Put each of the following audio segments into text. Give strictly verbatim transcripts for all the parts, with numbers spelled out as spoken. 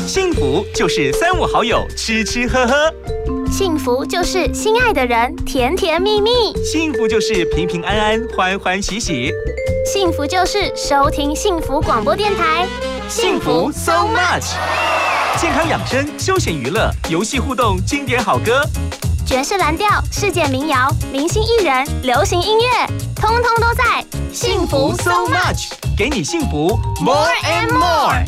幸福就是三五好友吃吃喝喝， 幸福就是心爱的人甜甜蜜蜜， 幸福就是平平安安欢欢喜喜， 幸福就是收听幸福广播电台。 幸福 so much， 健康养生、休闲娱乐、游戏互动、经典好歌， 爵士蓝调、世界民谣、明星艺人、流行音乐，通通都在幸福 so much， 给你幸福 more and more。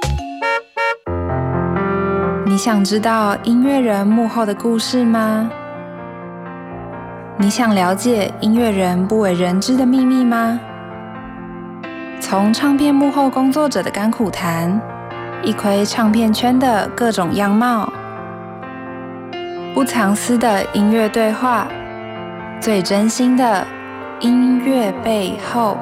你想知道音乐人幕后的故事吗？你想了解音乐人不为人知的秘密吗？从唱片幕后工作者的甘苦谈，一窥唱片圈的各种样貌，不藏私的音乐对话，最真心的音乐背后。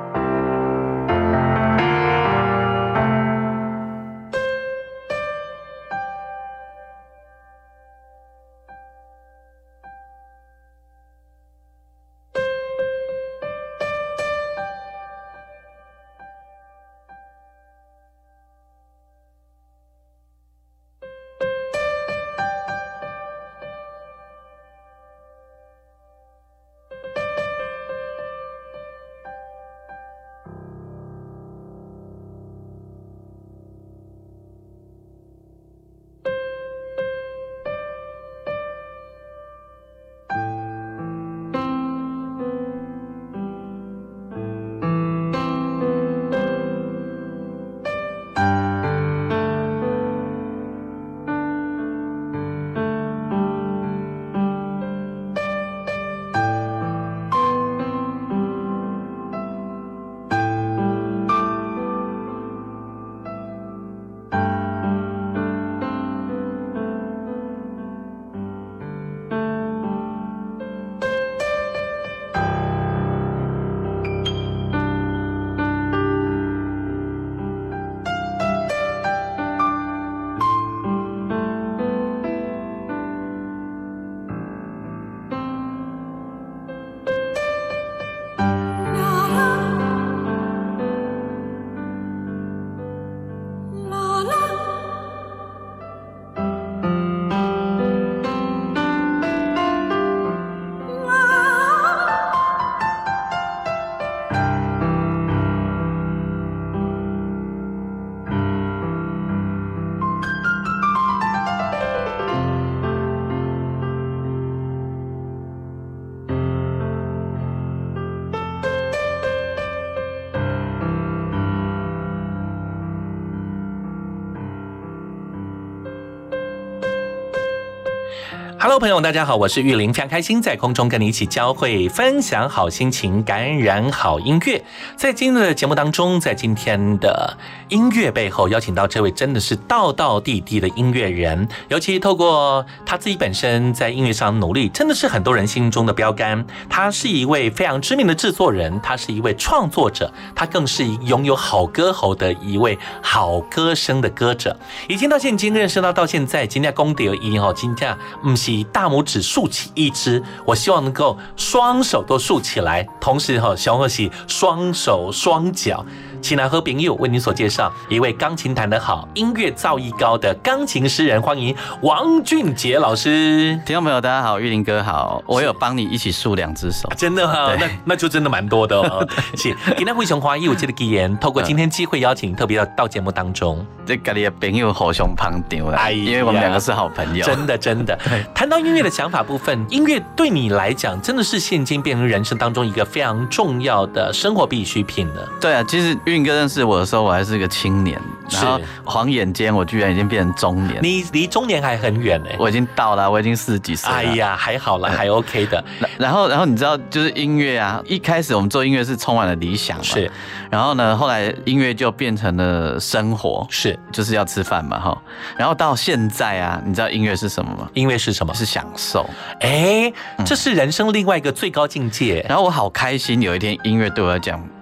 Hello， 朋友，大家好，我是玉林，非常开心在空中跟你一起交汇，分享好心情，感染好音乐。在今天的节目当中，在今天的音乐背后，邀请到这位真的是道道地地的音乐人，尤其透过他自己本身在音乐上努力，真的是很多人心中的标杆。他是一位非常知名的制作人，他是一位创作者，他更是拥有好歌喉的一位好歌声的歌者。已经到现今认识到到现在，今天功德一哈，今天不是大拇指竖起一只，我希望能够双手都竖起来，同时哈，小贺喜双手双脚。请来和朋友为您所介绍一位钢琴弹得好、音乐造诣高的钢琴诗人，欢迎王俊杰老师。 听众朋友，大家好，玉林哥好，我有帮你一起竖两只手， 啊、真的哈、哦，那那就真的蛮多的哦。是，今天非常欢迎有这个机缘，透过今天机会邀请，特别要到节目当中， 这跟你的朋友互相捧场了，哎，因为我们两个是好朋友， 真的真的。谈到音乐的想法部分，音乐对你来讲真的是现今变成人生当中一个非常重要的生活必需品了。 对啊，其实玉林哥认识我的时候，我还是个青年，然后晃眼间我居然已经变成中年。 你离中年还很远哎、欸， 我已经到了，我已经四十几岁了。 哎呀，还好了，还 OK 的。 然后，然后你知道，就是音乐啊，一开始我们做音乐是充满了理想嘛， 是。 然后呢，后来音乐就变成了生活， 是， 就是要吃饭嘛，哈。然后到现在啊，你知道音乐是什么吗？ 音乐是什么？ 是享受。 哎，这是人生另外一个最高境界。 然后我好开心，有一天音乐对我来讲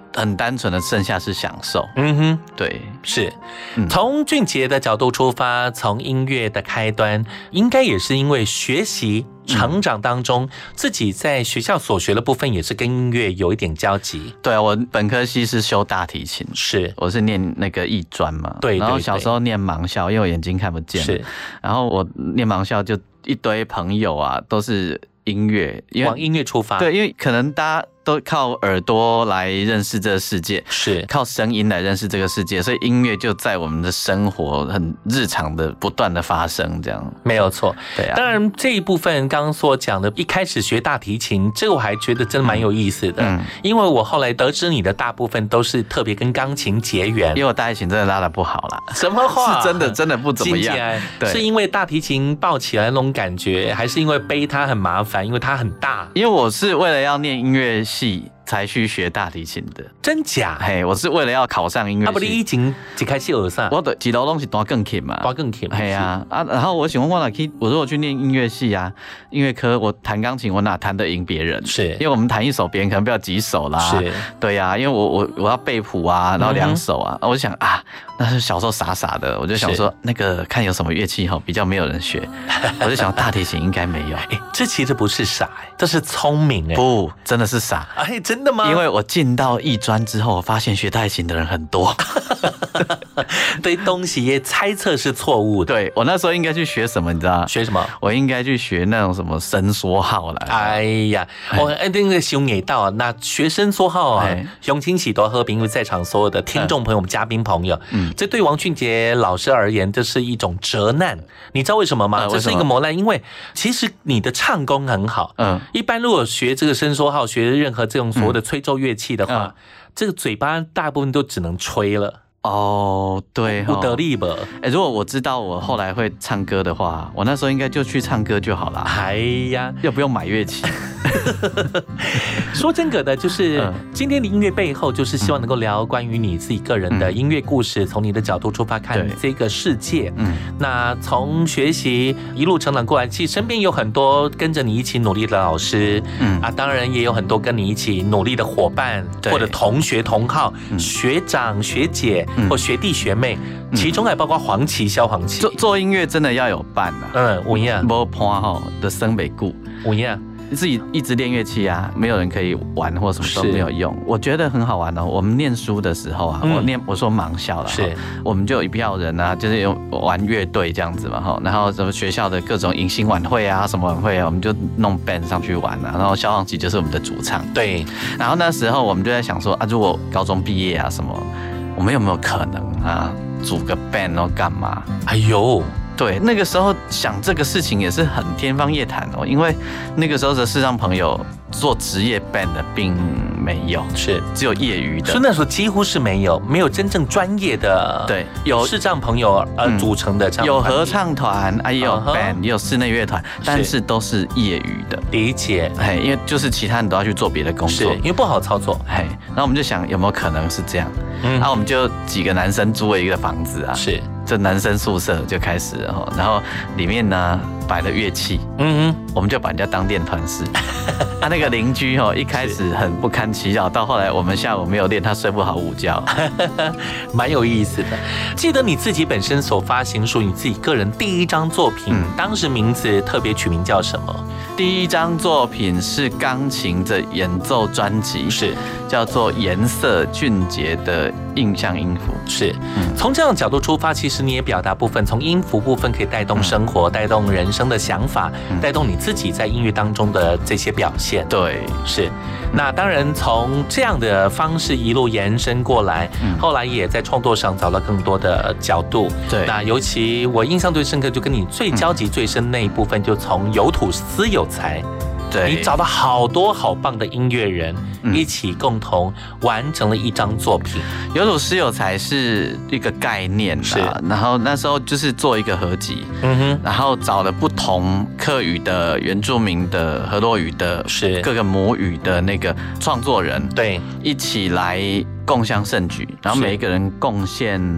很单纯的，剩下是享受。 嗯哼， 对， 是。从俊杰的角度出发，从音乐的开端，应该也是因为学习成长当中，嗯、自己在学校所学的部分也是跟音乐有一点交集。 对啊，我本科系是修大提琴， 是，我是念那个艺专嘛， 对， 然后小时候念盲校，因为我眼睛看不见， 是， 然后我念盲校就一堆朋友啊，都是音乐， 往音乐出发， 对，因为可能大家都靠耳朵来认识这个世界， 是靠声音来认识这个世界，所以音乐就在我们的生活很日常的不断的发生，这样没有错。 对啊， 当然这一部分刚刚所讲的，一开始学大提琴，这个我还觉得真的蛮有意思的，嗯，因为我后来得知你的大部分都是特别跟钢琴结缘， 因为我大提琴真的拉得不好啦。 什么话？ 是真的真的不怎么样。 对，是因为大提琴抱起来那种感觉，还是因为背它很麻烦，因为它很大？ 因为我是为了要念音乐系才去学大提琴的， 真假？ 嘿，我是为了要考上音乐系。啊， 不，你以前一开始学啥？ 我的一路拢是弹钢琴嘛， 弹钢琴。 嘿啊啊！然后我想我哪去？我如果去念音乐系啊，音乐科，我弹钢琴，我哪弹得赢别人？是，因为我们弹一首，别人可能不要几首啦。 是， 对呀、啊，因为我我我要背谱啊，然后两首啊，嗯、我就想啊，那是小时候傻傻的，我就想说那个看有什么乐器哈比较没有人学，我就想大提琴应该没有。 哎，这其实不是傻，这是聪明哎， 不，真的是傻。 哎，真的吗？ 因为我进到艺专之后，我发现学大提琴的人很多， 对东西也猜测是错误的。 对，我那时候应该去学什么，你知道？ 学什么？ 我应该去学那种什么伸缩号啦。 哎呀，我一定是想也到那学伸缩号啊，雄心喜多和平，因为在场所有的听众朋友、我们嘉宾朋友，嗯，这对王俊杰老师而言，这是一种折难。你知道为什么吗？这是一个磨难，因为其实你的唱功很好，嗯，一般如果学这个伸缩号，学任何这种所谓的吹奏乐器的话，这个嘴巴大部分都只能吹了。 哦，对， 不得力吧？ 哎，如果我知道我后来会唱歌的话，我那时候应该就去唱歌就好了。 哎呀， 又不用买乐器。 说真的，就是今天的音乐背后，就是希望能够聊关于你自己个人的音乐故事，从你的角度出发看这个世界。嗯，那从学习一路成长过来，其实身边有很多跟着你一起努力的老师，嗯啊，当然也有很多跟你一起努力的伙伴或者同学同好、学长学姐。或学弟学妹，其中还包括黄芪、萧黄芪。 做做音乐真的要有伴啊。 嗯，有影。 无伴吼的生袂久。 有影。 自己一直练乐器啊，没有人可以玩或什么都没有用。我觉得很好玩哦。我们念书的时候啊，嗯、我念我说盲校了，是，我们就有一票人啊，就是有玩乐队这样子嘛哈。然后什么学校的各种迎新晚会啊，什么晚会啊，我们就弄 band 上去玩啊。然后萧煌奇就是我们的主唱。 对。 然后那时候我们就在想说啊，如果高中毕业啊什么。我们有没有可能啊，组个 band 然后干嘛？ 哎呦， 对，那个时候想这个事情也是很天方夜谭哦，因为那个时候的视障朋友做职业 band 的并没有， 是只有业余的， 所以那时候几乎是没有，没有真正专业的， 对， 有视障朋友呃组成的这样， 有合唱团啊，也有 band， 也有室内乐团，但是都是业余的， 理解， 嘿，因为就是其他人都要去做别的工作， 是因为不好操作， 嘿，然后我们就想有没有可能是这样，嗯，然后我们就几个男生租了一个房子啊， 是。 这男生宿舍就开始了哈，然后里面呢摆了乐器，嗯哼，我们就把人家当练团室。他、啊、那个邻居哈，一开始很不堪其扰，到后来我们下午没有练，他睡不好午觉， 蛮有意思的。记得你自己本身所发行属于你自己个人第一张作品，嗯、当时名字特别取名叫什么？ 第一张作品是钢琴的演奏专辑， 是叫做《颜色俊杰的印象音符》。 是，嗯、从这样的角度出发，其实你也表达部分，从音符部分可以带动生活，嗯、带动人生的想法，嗯、带动你自己在音乐当中的这些表现。 对， 是。那当然，从这样的方式一路延伸过来，嗯、后来也在创作上找到更多的角度。 对， 那尤其我印象最深刻，就跟你最交集最深那一部分，就从有土私有财。 对， 你找到好多好棒的音乐人，嗯、一起共同完成了一张作品。 有土私有财是一个概念啦，是。然后那时候就是做一个合集，嗯哼，然后找了不同客语的、原住民的、河洛语的，是各个母语的那个创作人， 对， 一起来共襄盛举，然后每一个人贡献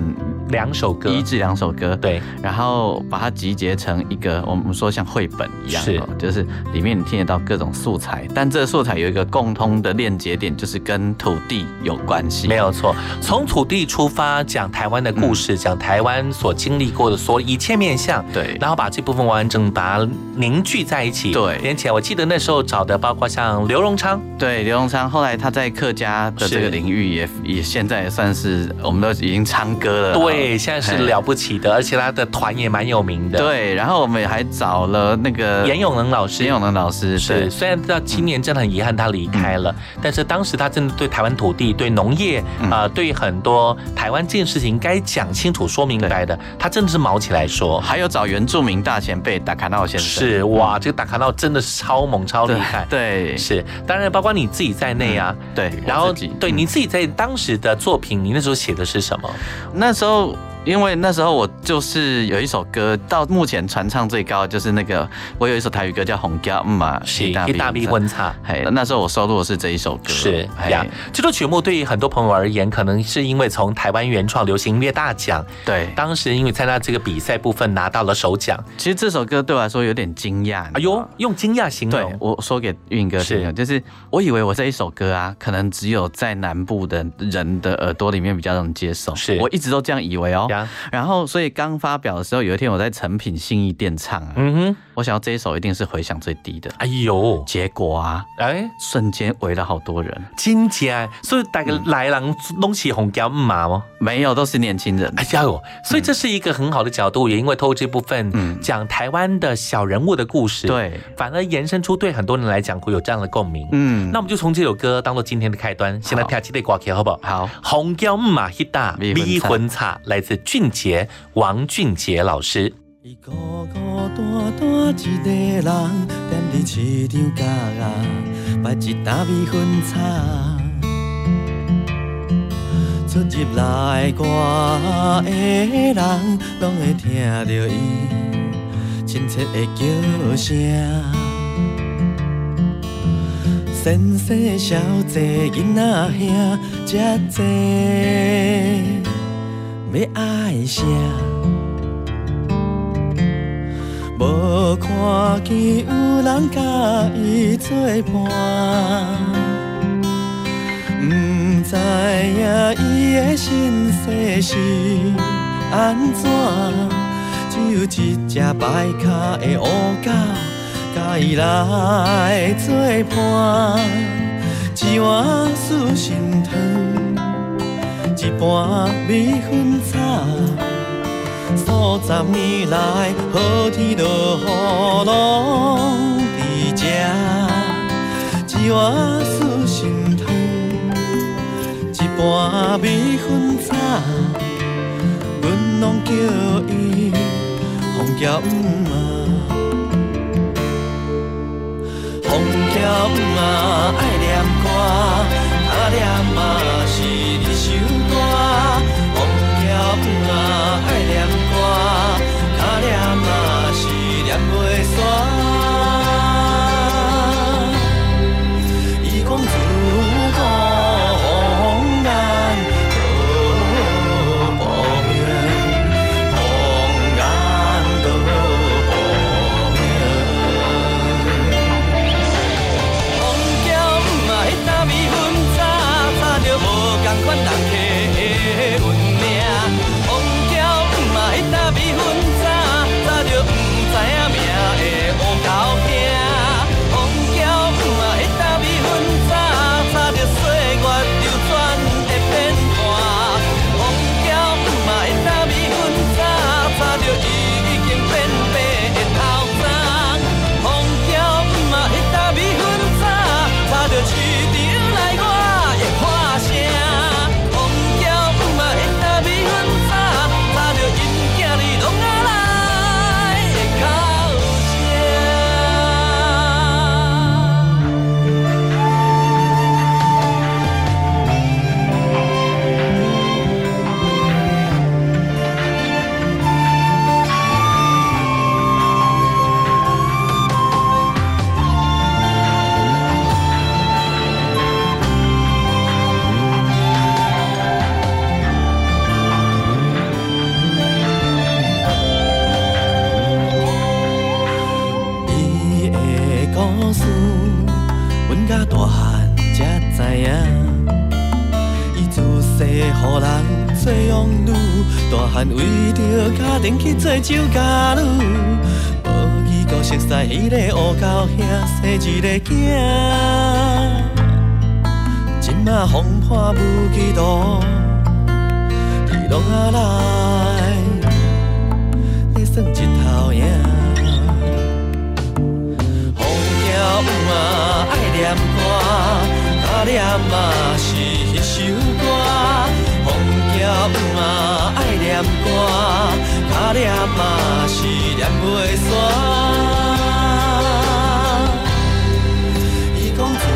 两首歌， 一至两首歌， 对， 然后把它集结成一个我们说像绘本一样， 是， 就是里面你听得到各种素材，但这素材有一个共通的链接点，就是跟土地有关系。 没有错，从土地出发，讲台湾的故事，讲、嗯、台湾所经历过的所有一切面向， 对， 然后把这部分完完整把它凝聚在一起， 对， 连起来。我记得那时候找的包括像刘荣昌， 对，刘荣昌后来他在客家的这个领域也也现在也算是我们都已经唱歌了， 对，现在是了不起的，而且他的团也蛮有名的， 对。然后我们还找了那个严永能老师， 严永能老师是，虽然到今年真的很遗憾他离开了，嗯、但是当时他真的对台湾土地、对农业啊、嗯呃，对很多台湾这件事情该讲清楚、说明白的，他真的是毛起来说。 还有找原住民大前辈达卡闹先生， 是哇，这个达卡闹真的是超猛、超厉害， 对， 是。当然，包括你自己在内啊， 嗯、对， 然后对你自己在当时的作品，你那时候写的是什么？ 那时候。因为那时候我就是有一首歌，到目前传唱最高就是那个，我有一首台语歌叫《红椒嘛》， 是一大笔温差。 嘿，那时候我收录的是这一首歌。 是呀，这首曲目对于很多朋友而言，可能是因为从台湾原创流行音乐大奖， 对， 当时因为参加这个比赛部分拿到了首奖。 其实这首歌对我来说有点惊讶。 哎呦，用惊讶形容。 对，我说给运哥听，就是我以为我这一首歌啊，可能只有在南部的人的耳朵里面比较能接受。 是， 我一直都这样以为哦。然后。所以刚发表的时候，有一天我在诚品信义店唱啊，嗯哼，我想要这一首一定是回响最低的。 哎呦， 结果啊，哎，瞬间围了好多人， 真假？所以大家来人拢是红椒嘛吗？ 没有，都是年轻人。 哎呀呦，所以这是一个很好的角度，也因为透过这部分讲台湾的小人物的故事， 对， 反而延伸出对很多人来讲会有这样的共鸣。嗯，那我们就从这首歌当做今天的开端，先来听这类歌曲好不好？ 好， 红椒嘛，一大米魂茶，来自俊杰。王俊杰老师。 伊孤孤单单一个人，踮伫市场角仔，摆一担米粉茶。出入来外的人，拢会听到伊亲切的叫声。先生小姐囡仔兄，遮济。要爱啥？无看见有人甲伊作伴，不知影伊的身世是安怎，只有一只歹脚的乌狗甲伊来作伴，一碗素心汤。一盘米粉茶，数十年来好天落雨拢伫这，一碗素心汤，一盘米粉茶，阮拢叫伊红椒妈，红椒妈爱念歌，他念嘛是日想。红椒啊，爱念歌，脚念嘛是念袂煞。伊讲自古红颜都无命，红颜都无命。红椒还为着家庭去做酒家女，无义故熟悉迄个乌狗兄生一个囝。今仔风破无期度，伊拢啊来咧算一头赢。风叫有啊爱念歌，甲念嘛是迄首歌。风叫有啊爱念歌，甲念嘛是念袂煞。伊讲自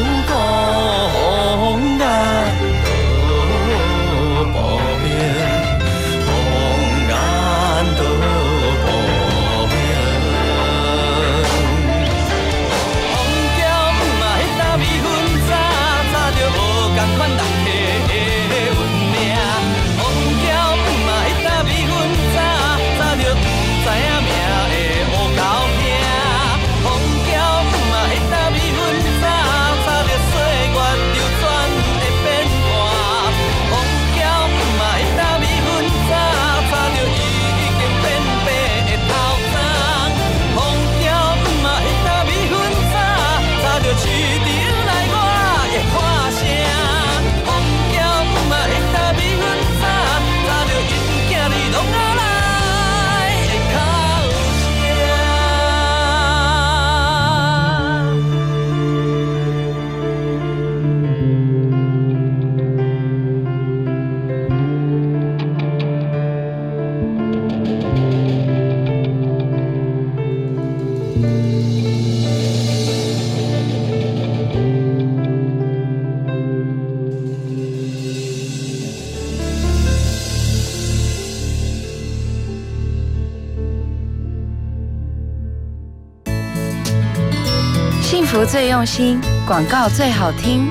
古风眼都无明，风眼都无明。风叫有啊迄搭米粉早，早着无共款人客的运命。风叫有啊迄搭米粉早，早着不知影命的乌狗兄。风叫有啊迄搭米粉早，早着岁月流转会变卦。风叫有啊迄搭米粉早，早着伊已经变白的头鬃。风叫有啊迄搭米粉早，早着市场内我会看声。风叫有啊迄搭米粉早，早着因囝儿拢啊来会哭声。 幸福最用心，广告最好听。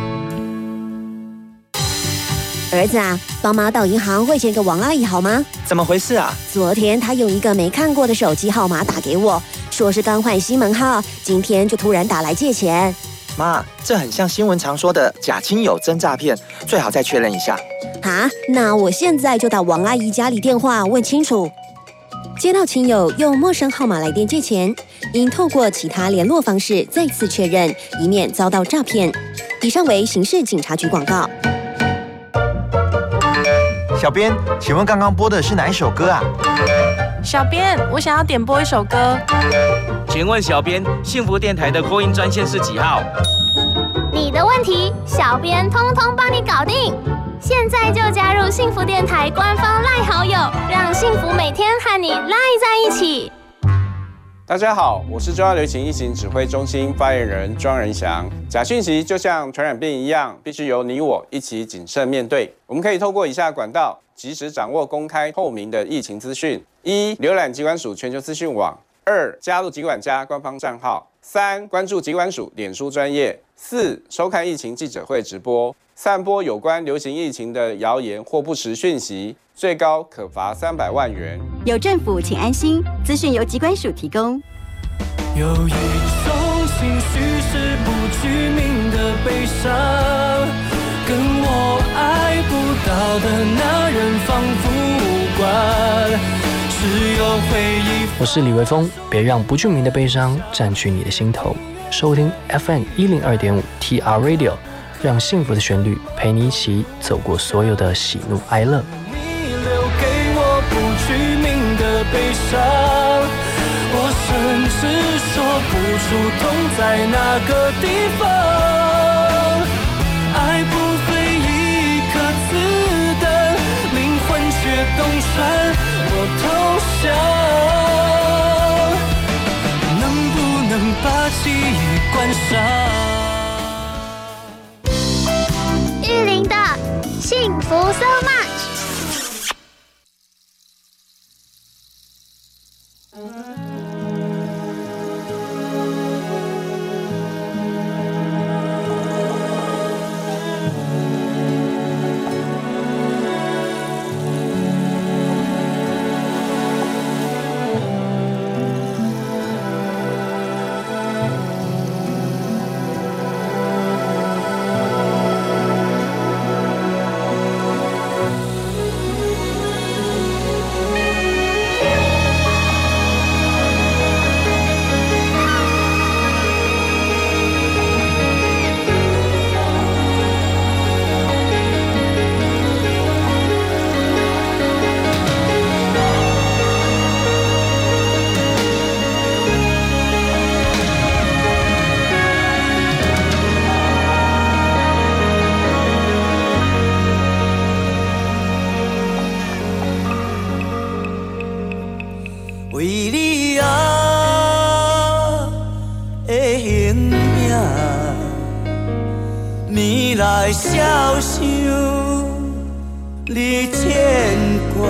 儿子啊，帮妈到银行汇钱给王阿姨好吗？ 怎么回事啊？ 昨天她用一个没看过的手机号码打给我，说是刚换新门号，今天就突然打来借钱。 妈，这很像新闻常说的假亲友真诈骗，最好再确认一下。 啊，那我现在就打王阿姨家里电话问清楚。接到亲友用陌生号码来电借钱，应透过其他联络方式再次确认，以免遭到诈骗。以上为刑事警察局广告。 小编，请问刚刚播的是哪一首歌啊？ 小编，我想要点播一首歌。 请问小编，幸福电台的call in专线是几号？ 你的问题，小编通通帮你搞定。现在就加入幸福电台官方赖好友，让幸福每天和你赖在一起。 大家好，我是中央流行疫情指挥中心发言人庄仁祥。假讯息就像传染病一样，必须由你我一起谨慎面对。我们可以透过以下管道，及时掌握公开透明的疫情资讯：一、浏览疾管署全球资讯网；二、加入疾管家官方账号；三、关注疾管署脸书专页；四、收看疫情记者会直播。散播有关流行疫情的谣言或不实讯息，最高可罚三百万元。 有政府，请安心。资讯由疾管署提供。 有一种情绪是不具名的悲伤，跟我爱不到的那人仿佛无关，只有回忆。 我是李维峰，别让不具名的悲伤占据你的心头。收听 F M 一零二点五 T R Radio。让幸福的旋律陪你一起走过所有的喜怒哀乐。 你留给我不具名的悲伤，我甚至说不出痛在哪个地方。爱不费一颗子弹，灵魂却洞穿我投降。能不能把记忆关上？ 玉林的幸福 so much。 为你啊的形影，绵来笑想你牵挂，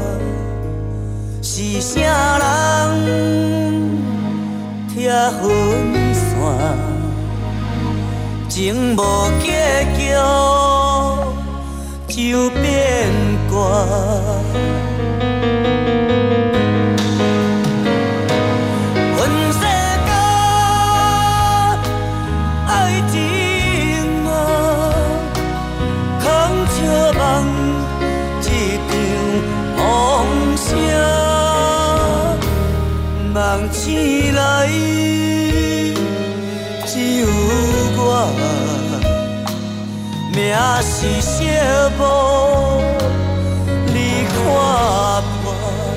是啥人拆分线，情无结局就变卦。梦醒来，只有我，命是小无你看破。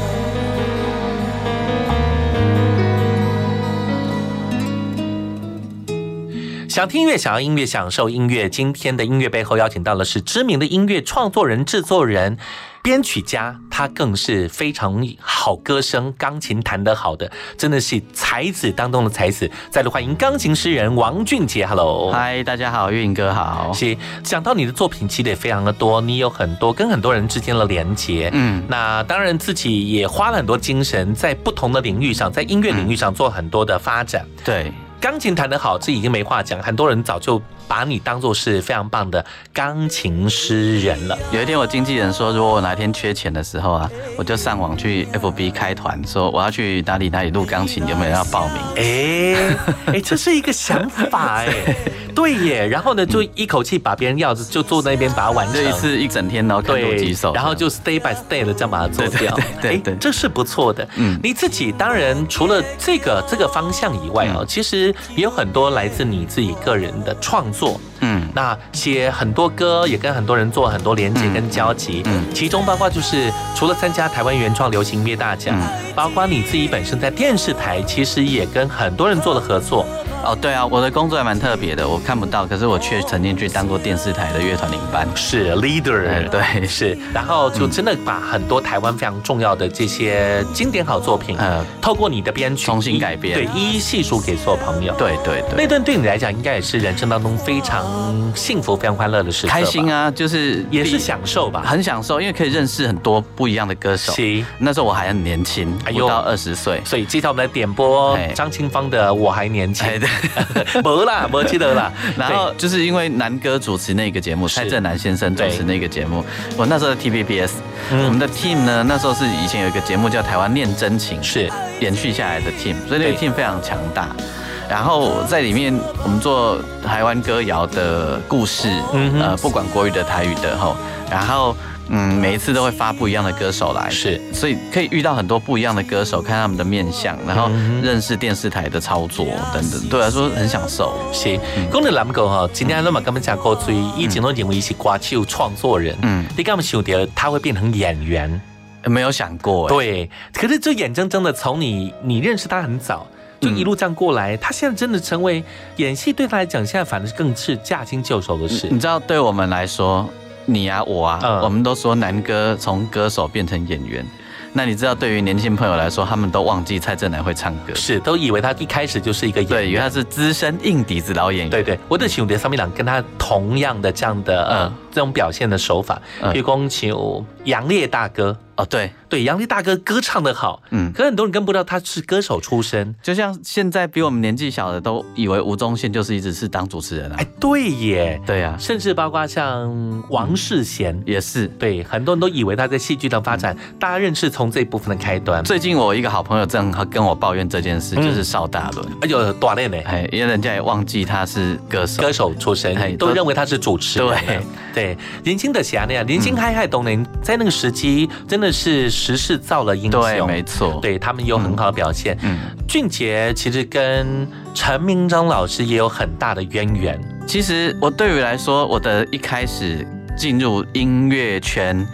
想听音乐，想要音乐，享受音乐。今天的音乐背后邀请到的是知名的音乐创作人、制作人、编曲家，他更是非常好歌声，钢琴弹得好的，真的是才子当中的才子。再度欢迎钢琴诗人王俊杰 ，Hello， 嗨，大家好，运哥好。 是，讲到你的作品，其实也非常的多，你有很多跟很多人之间的连结，嗯，那当然自己也花了很多精神，在不同的领域上，在音乐领域上做很多的发展， 嗯、对。 钢琴弹得好，这已经没话讲，很多人早就把你当作是非常棒的钢琴诗人了。 有一天我经纪人说，如果我哪天缺钱的时候啊，我就上网去 F B 开团，说我要去哪里哪里录钢琴，有没有人要报名？ 哎哎、欸欸，这是一个想法哎、欸，对耶。然后呢，就一口气把别人要就坐那边把它完成， 这一次一整天，然后看多几首， 然后就 stay by stay 的这样把它做掉。 对对 对, 对、欸， 这是不错的。嗯，你自己当然除了这个这个方向以外哦，嗯、其实也有很多来自你自己个人的创作。嗯，那写很多歌，也跟很多人做很多连接跟交集。嗯，其中包括就是除了参加台湾原创流行音乐大奖，嗯、包括你自己本身在电视台，其实也跟很多人做了合作。 哦，对啊，我的工作还蛮特别的，我看不到，可是我却曾经去当过电视台的乐团领班， 是 leader，、嗯、 对， 是，然后就真的把很多台湾非常重要的这些经典好作品，呃，透过你的编曲重新改编， 对，一一细数给所有朋友。 对对对， 那段对你来讲，应该也是人生当中非常幸福、非常欢乐的时刻， 开心啊，就是也是享受吧， 很享受，因为可以认识很多不一样的歌手。 是， 那时候我还很年轻，不到二十岁， 所以接下来我们来点播张清芳的《我还年轻》。没啦，没记得啦。 然后就是因为南哥主持那个节目，蔡振南先生主持那个节目，我那时候在 T V B S，、嗯、我们的 team 呢，那时候是以前有一个节目叫《台湾念真情》， 是延续下来的 team， 所以那个 team 非常强大。然后在里面，我们做台湾歌谣的故事，嗯、呃，不管国语的、台语的吼，然后。嗯，每一次都会发不一样的歌手来， 是， 所以可以遇到很多不一样的歌手，看他们的面相，然后认识电视台的操作等等，对我来说很享受。 是，讲到南哥哈，今天我们刚刚讲过，所以以前都认为是歌手创作人，嗯，你刚刚想到他会变成演员， 没有想过， 对，可是就眼睁睁的从你你认识他很早。就一路这样过来，他现在真的成为演戏，对他来讲，现在反而更是驾轻就熟的事。 你知道，对我们来说。你啊，我啊，嗯、我们都说南哥从歌手变成演员。那你知道，对于年轻朋友来说，他们都忘记蔡振南会唱歌， 是都以为他一开始就是一个演员， 对，以为他是资深硬底子老演员。 对对，我的兄弟上面两跟他同样的这样的、嗯、呃这种表现的手法，比如说像杨烈大哥。 哦，对对，杨烈大哥歌唱得好，嗯，可是很多人根本不知道他是歌手出身， 就像现在比我们年纪小的都以为吴宗宪就是一直是当主持人啊， 哎，对耶， 对啊， 甚至包括像王世贤、 嗯、也是， 对，很多人都以为他在戏剧的发展，嗯、大家认识从这一部分的开端。 最近我一个好朋友正好跟我抱怨这件事，嗯、就是邵大伦， 哎呦，锻炼呢， 哎，因为人家也忘记他是歌手， 歌手出身，都认为他是主持人， 对对，年轻的侠那样，年轻嗨嗨东人，在那个时期真的是时势造了英雄， 对，没错， 对他们有很好的表现。嗯，俊杰其实跟陈明章老师也有很大的渊源。 其实我对于来说，我的一开始进入音乐圈，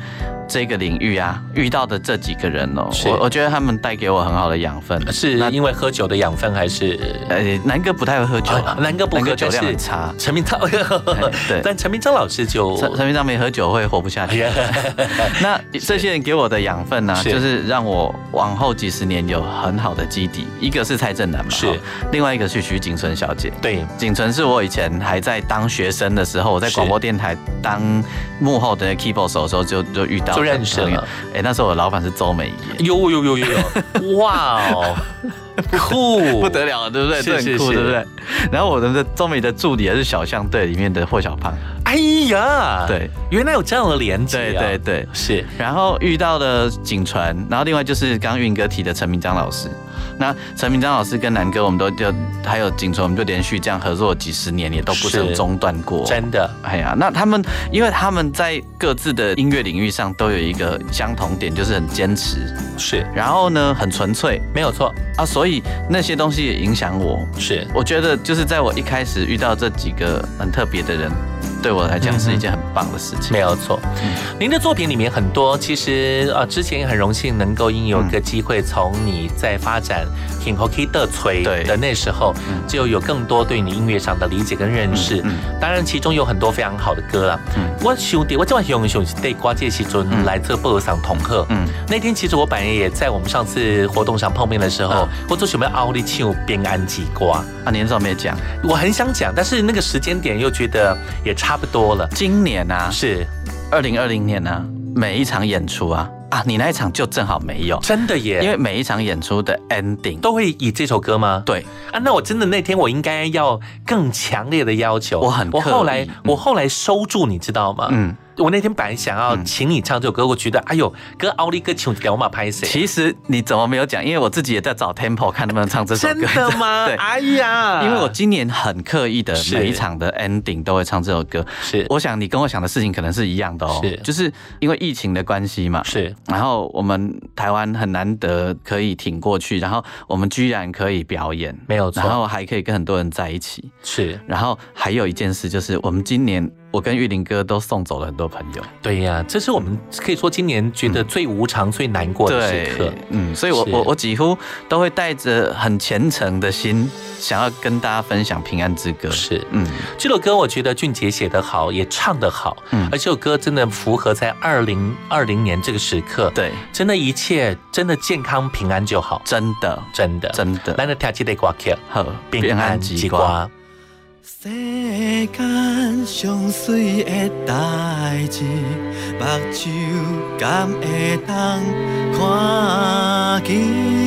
这个领域啊，遇到的这几个人哦，我我觉得他们带给我很好的养分。 是因为喝酒的养分还是？ 呃，南哥不太会喝酒，啊， 南哥不喝， 酒量很差。 陈明章，对，但陈明章老师就陈陈明章没喝酒会活不下去。那这些人给我的养分呢，啊，就是让我往后几十年有很好的基底。一个是蔡正南嘛，是，另外一个是徐景纯小姐。 对， 景纯是我以前还在当学生的时候，我在广播电台当幕后的 keyboard 手的时候就就遇到， 就认识了。 哎，欸，那时候我的老板是周美仪。 有有有有有，哇哦！酷不得了了，对不对？ 是是是， 酷，对不对？然后我的周美的助理也是小象队里面的霍小胖。 哎呀， 对， 原来有这样的连接， 对对对， 是。 然后遇到了景纯，然后另外就是刚刚运哥提的陈明章老师。那陈明章老师跟南哥，我们都就还有景纯，我们就连续这样合作几十年，也都不曾中断过。 真的， 哎呀，那他们，因为他们在各自的音乐领域上都有一个相同点，就是很坚持， 是。 然后呢，很纯粹， 没有错啊。所以那些东西也影响我。 是， 我觉得就是在我一开始遇到这几个很特别的人，对我来讲是一件很棒的事情。 没有错，嗯，您的作品里面很多，其实呃之前也很荣幸能够因有一个机会，从你在发展 King Hockey 的锤的那时候，就有更多对你音乐上的理解跟认识。嗯，当然其中有很多非常好的歌啊。嗯，我兄弟，我这晚熊熊是对瓜界时阵来这布尔桑同贺。嗯，那天其实我本来也在我们上次活动上碰面的时候，我就想要奥利唱边安吉瓜啊，你怎么没讲？ 我很想讲，但是那个时间点又觉得也差不多了。 今年啊， 是二零二零年啊，每一场演出啊。啊，你那一场就正好没有， 真的耶！ 因为每一场演出的 ending 都会以这首歌吗？ 对啊，那我真的那天我应该要更强烈的要求， 我很我后来、嗯、我后来收住，你知道吗？嗯。我那天本来想要请你唱这首歌，我觉得哎呦，跟奥利哥唱给我马拍谁？ 其实你怎么没有讲？因为我自己也在找 tempo， 看能不能唱这首歌。 真的吗？ 对， 哎呀， 因为我今年很刻意的每一场的 ending 都会唱这首歌。 是， 我想你跟我想的事情可能是一样的哦。 是， 就是因为疫情的关系嘛。 是， 然后我们台湾很难得可以挺过去，然后我们居然可以表演， 没有错， 然后还可以跟很多人在一起。 是， 然后还有一件事就是我们今年。我跟玉林哥都送走了很多朋友。 对呀、啊，这是我们可以说今年觉得最无常、嗯、最难过的时刻。 嗯，所以我我我几乎都会带着很虔诚的心，想要跟大家分享平安之歌。 是，嗯，这首歌我觉得俊杰写得好，也唱得好，嗯，而这首歌真的符合在二零二零年这个时刻。 对， 真的一切真的健康平安就好， 真的真的真的。 咱就听这个歌曲， 好， 平安之歌。 世间上水的代志，目睭敢会当看见？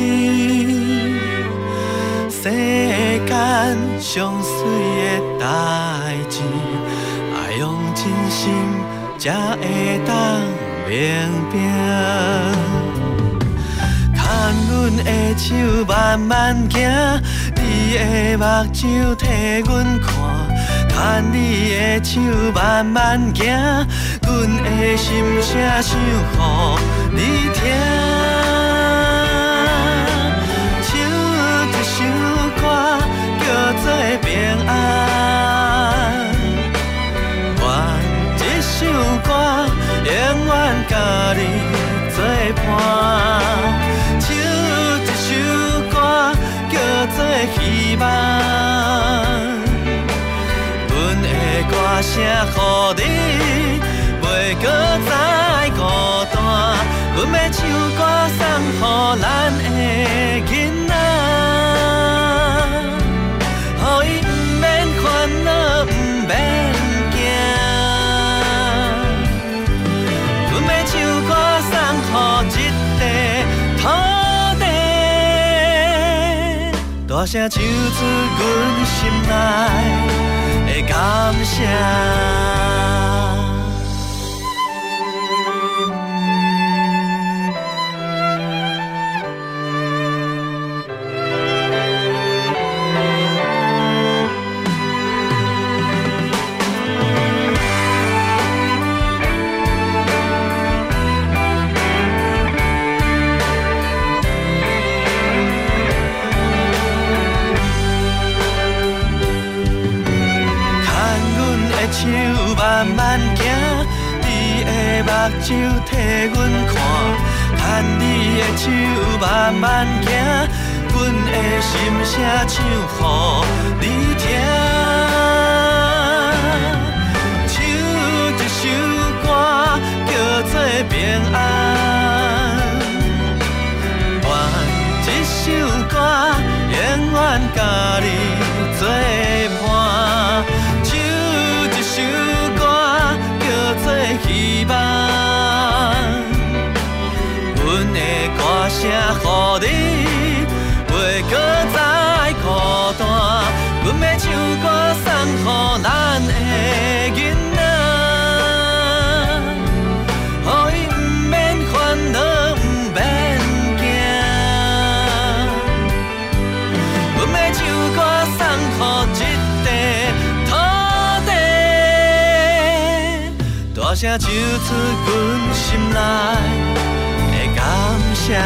世间上水的代志，爱用真心才会当明白。看阮的手慢慢行，你的目睭替阮看。看你的手慢慢行，阮的心声想予你听。唱一首歌叫做平安，愿这首歌永远甲你作伴。唱一首歌叫做希望。歌声予你，袂搁再孤单。阮要唱歌送予咱的囡仔，予伊不免烦恼，不免惊。阮要唱歌送予这块土地，大声唱出阮心内。感谢。手慢手替阮看，牵你的手慢慢行，阮的心声唱予你听。唱一首歌叫做平安，换一首歌永远甲你作伴。唱一首歌叫做希望，阮的歌声予你袂搁再孤单。阮要唱歌送予咱的囡仔，予伊毋免烦恼，毋免惊。阮要唱歌送予这块土地，大声唱出阮心内的感谢。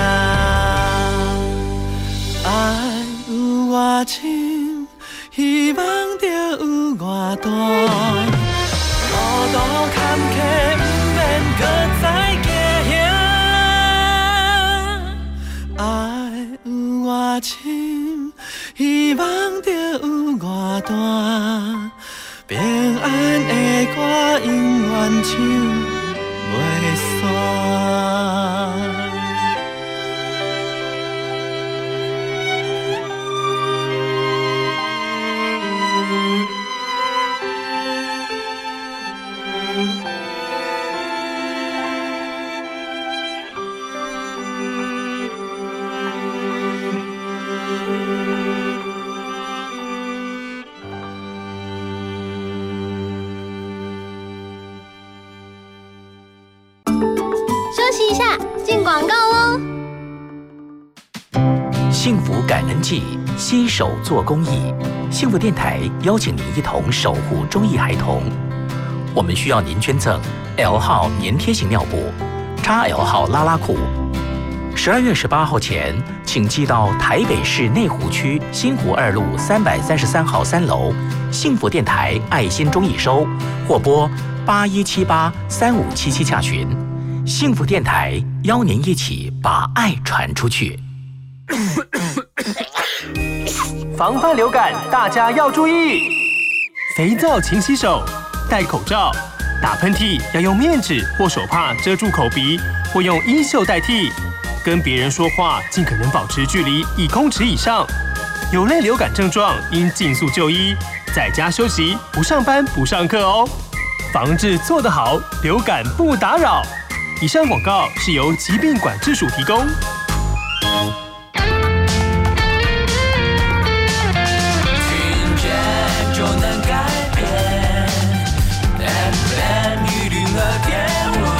爱有偌深，希望就有偌大。路途坎坷，毋免搁再惊吓。爱有偌深，希望就有偌大。平安的歌永远唱袂煞。 休息一下，进广告喽。 幸福感恩季，携手做公益。幸福电台邀请您一同守护中医孩童。我们需要您捐赠 L 号粘贴型尿布、X L 号拉拉裤。十二月十八号前，请寄到台北市内湖区新湖二路三百三十三号三楼幸福电台爱心中义收，或拨八一七八三五七七洽询。幸福电台邀您一起把爱传出去。 防范流感，大家要注意：肥皂勤洗手，戴口罩，打喷嚏要用面纸或手帕遮住口鼻，或用衣袖代替。跟别人说话尽可能保持距离一公尺以上。有类流感症状应尽速就医，在家休息，不上班不上课哦。防治做得好，流感不打扰。以上广告是由疾病管制署提供。 听见就能改变 F M 一零二点五，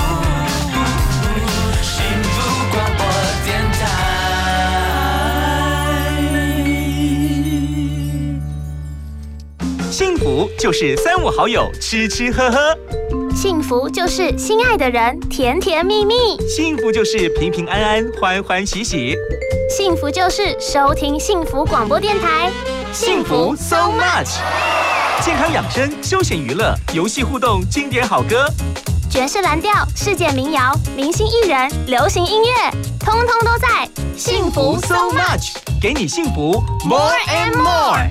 幸福广播电台。幸福就是三五好友吃吃喝喝。 幸福就是心爱的人甜甜蜜蜜， 幸福就是平平安安欢欢喜喜， 幸福就是收听幸福广播电台， 幸福 so much。 健康养生、休闲娱乐、游戏互动、经典好歌、 爵士蓝调、世界民谣、明星艺人、流行音乐，通通都在幸福 so much， 给你幸福 more and more。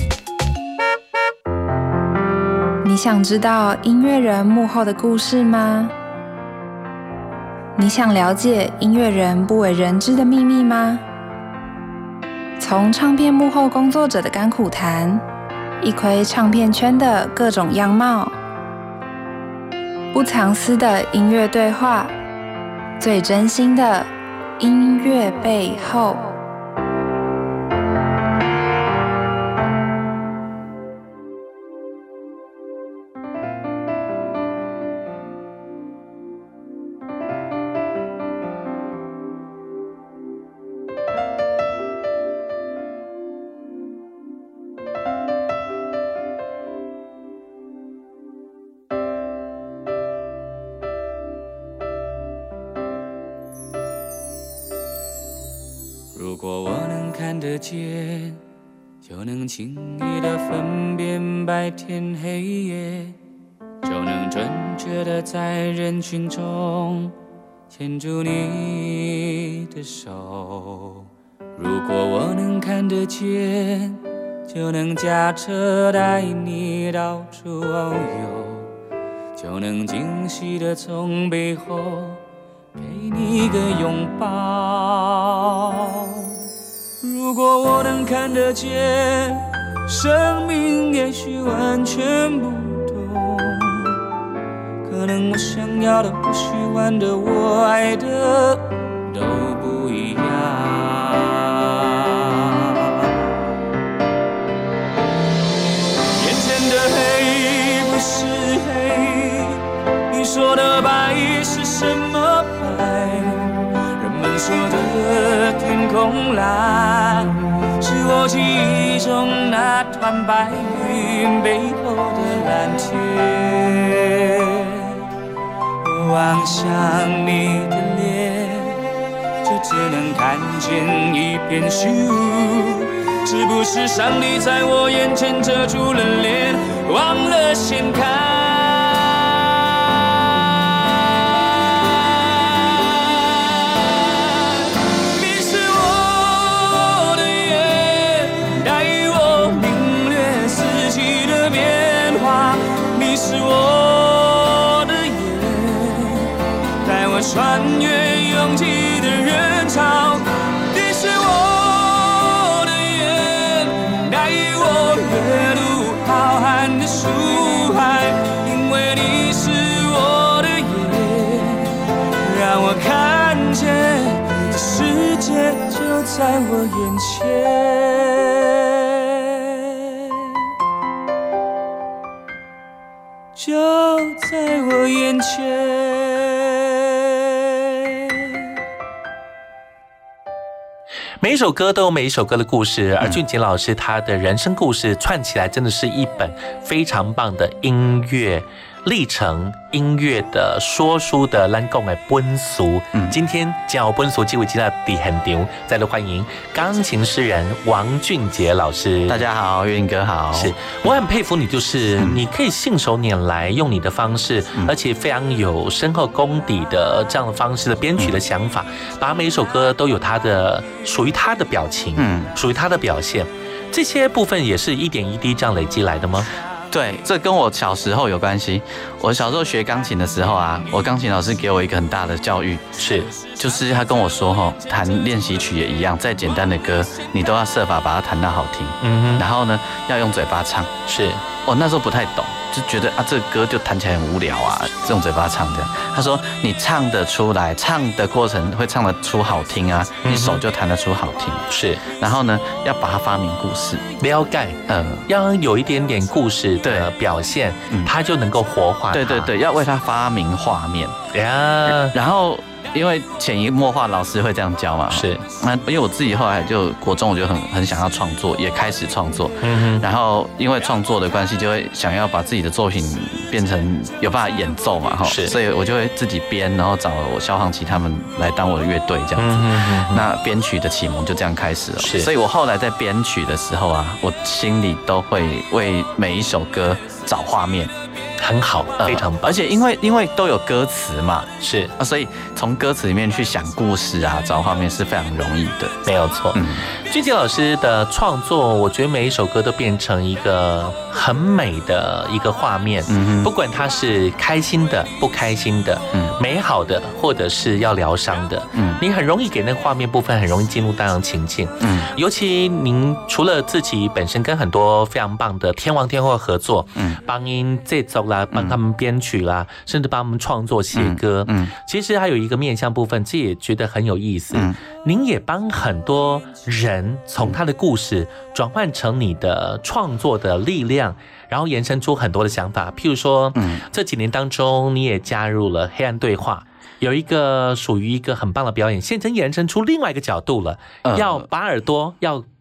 你想知道音乐人幕后的故事吗？你想了解音乐人不为人知的秘密吗？从唱片幕后工作者的甘苦谈，一窥唱片圈的各种样貌，不藏私的音乐对话，最真心的音乐背后。 如果我能看得见，就能轻易地分辨白天黑夜。 就能准确地在人群中牵住你的手。如果我能看得见，就能驾车带你到处遨游，就能惊喜地从背后给你一个拥抱。如果我能看得见，生命也许完全不同，可能我想要的、不喜欢的、我爱的都不一样。眼前的黑不是黑，你说的白是什么白？人们说的天空蓝，是我记忆中那团白云背后的蓝天。望向你的脸，就只能看见一片虚无。是不是上帝在我眼前遮住了脸，忘了掀开？穿越拥挤的人潮，你是我的眼，带我跃入浩瀚的书海。因为你是我的眼，让我看见这世界就在我眼前，就在我眼前。 每一首歌都有每一首歌的故事，而俊杰老师他的人生故事串起来，真的是一本非常棒的音乐历程，音乐的说书的咱讲的本书。嗯，今天讲本书机会进到第现场，再度欢迎钢琴诗人王俊杰老师。 大家好，岳林哥好。 是我很佩服你，就是你可以信手拈来，用你的方式，嗯、而且非常有深厚功底的这样的方式的编曲的想法，嗯、把每一首歌都有它的属于它的表情，嗯，属于它的表现。这些部分也是一点一滴这样累积来的吗？ 对，这跟我小时候有关系。我小时候学钢琴的时候啊，我钢琴老师给我一个很大的教育， 是， 就是他跟我说哈，弹练习曲也一样，再简单的歌，你都要设法把它弹得好听。嗯哼，然后呢，要用嘴巴唱。 是， 我那时候不太懂，就觉得啊，这个歌就弹起来很无聊啊，用嘴巴唱这样。他说你唱得出来，唱的过程会唱得出好听啊，你手就弹得出好听。 是， 然后呢，要把它发明故事， 了解，嗯，要有一点点故事的表现，它就能够活化它。 对对对，要为它发明画面呀。然后因为潜移默化，老师会这样教嘛。 是， 那因为我自己后来就国中，我就很很想要创作，也开始创作。嗯哼。然后因为创作的关系，就会想要把自己的作品变成有办法演奏嘛，哈。是。所以我就会自己编，然后找我萧煌奇他们来当我的乐队这样子。嗯哼。那编曲的启蒙就这样开始了。是。所以我后来在编曲的时候啊，我心里都会为每一首歌找画面。 很好，非常棒。 而且因为因为都有歌词嘛， 是啊，所以从歌词里面去想故事啊，找画面是非常容易的， 没有错。嗯，俊杰老师的创作，我觉得每一首歌都变成一个很美的一个画面。嗯，不管它是开心的、不开心的，嗯，美好的，或者是要疗伤的，嗯，你很容易给那个画面部分很容易进入那样情境。嗯，尤其您除了自己本身跟很多非常棒的天王天后合作，嗯，帮您制作啦，帮他们编曲啦，嗯、甚至帮他们创作写歌。嗯，嗯其实还有一个面向部分，这也觉得很有意思。嗯，您也帮很多人从他的故事转换成你的创作的力量，然后延伸出很多的想法。譬如说，嗯，这几年当中，你也加入了黑暗对话。有一个属于一个很棒的表演，现在延伸出另外一个角度了，嗯、要把耳朵要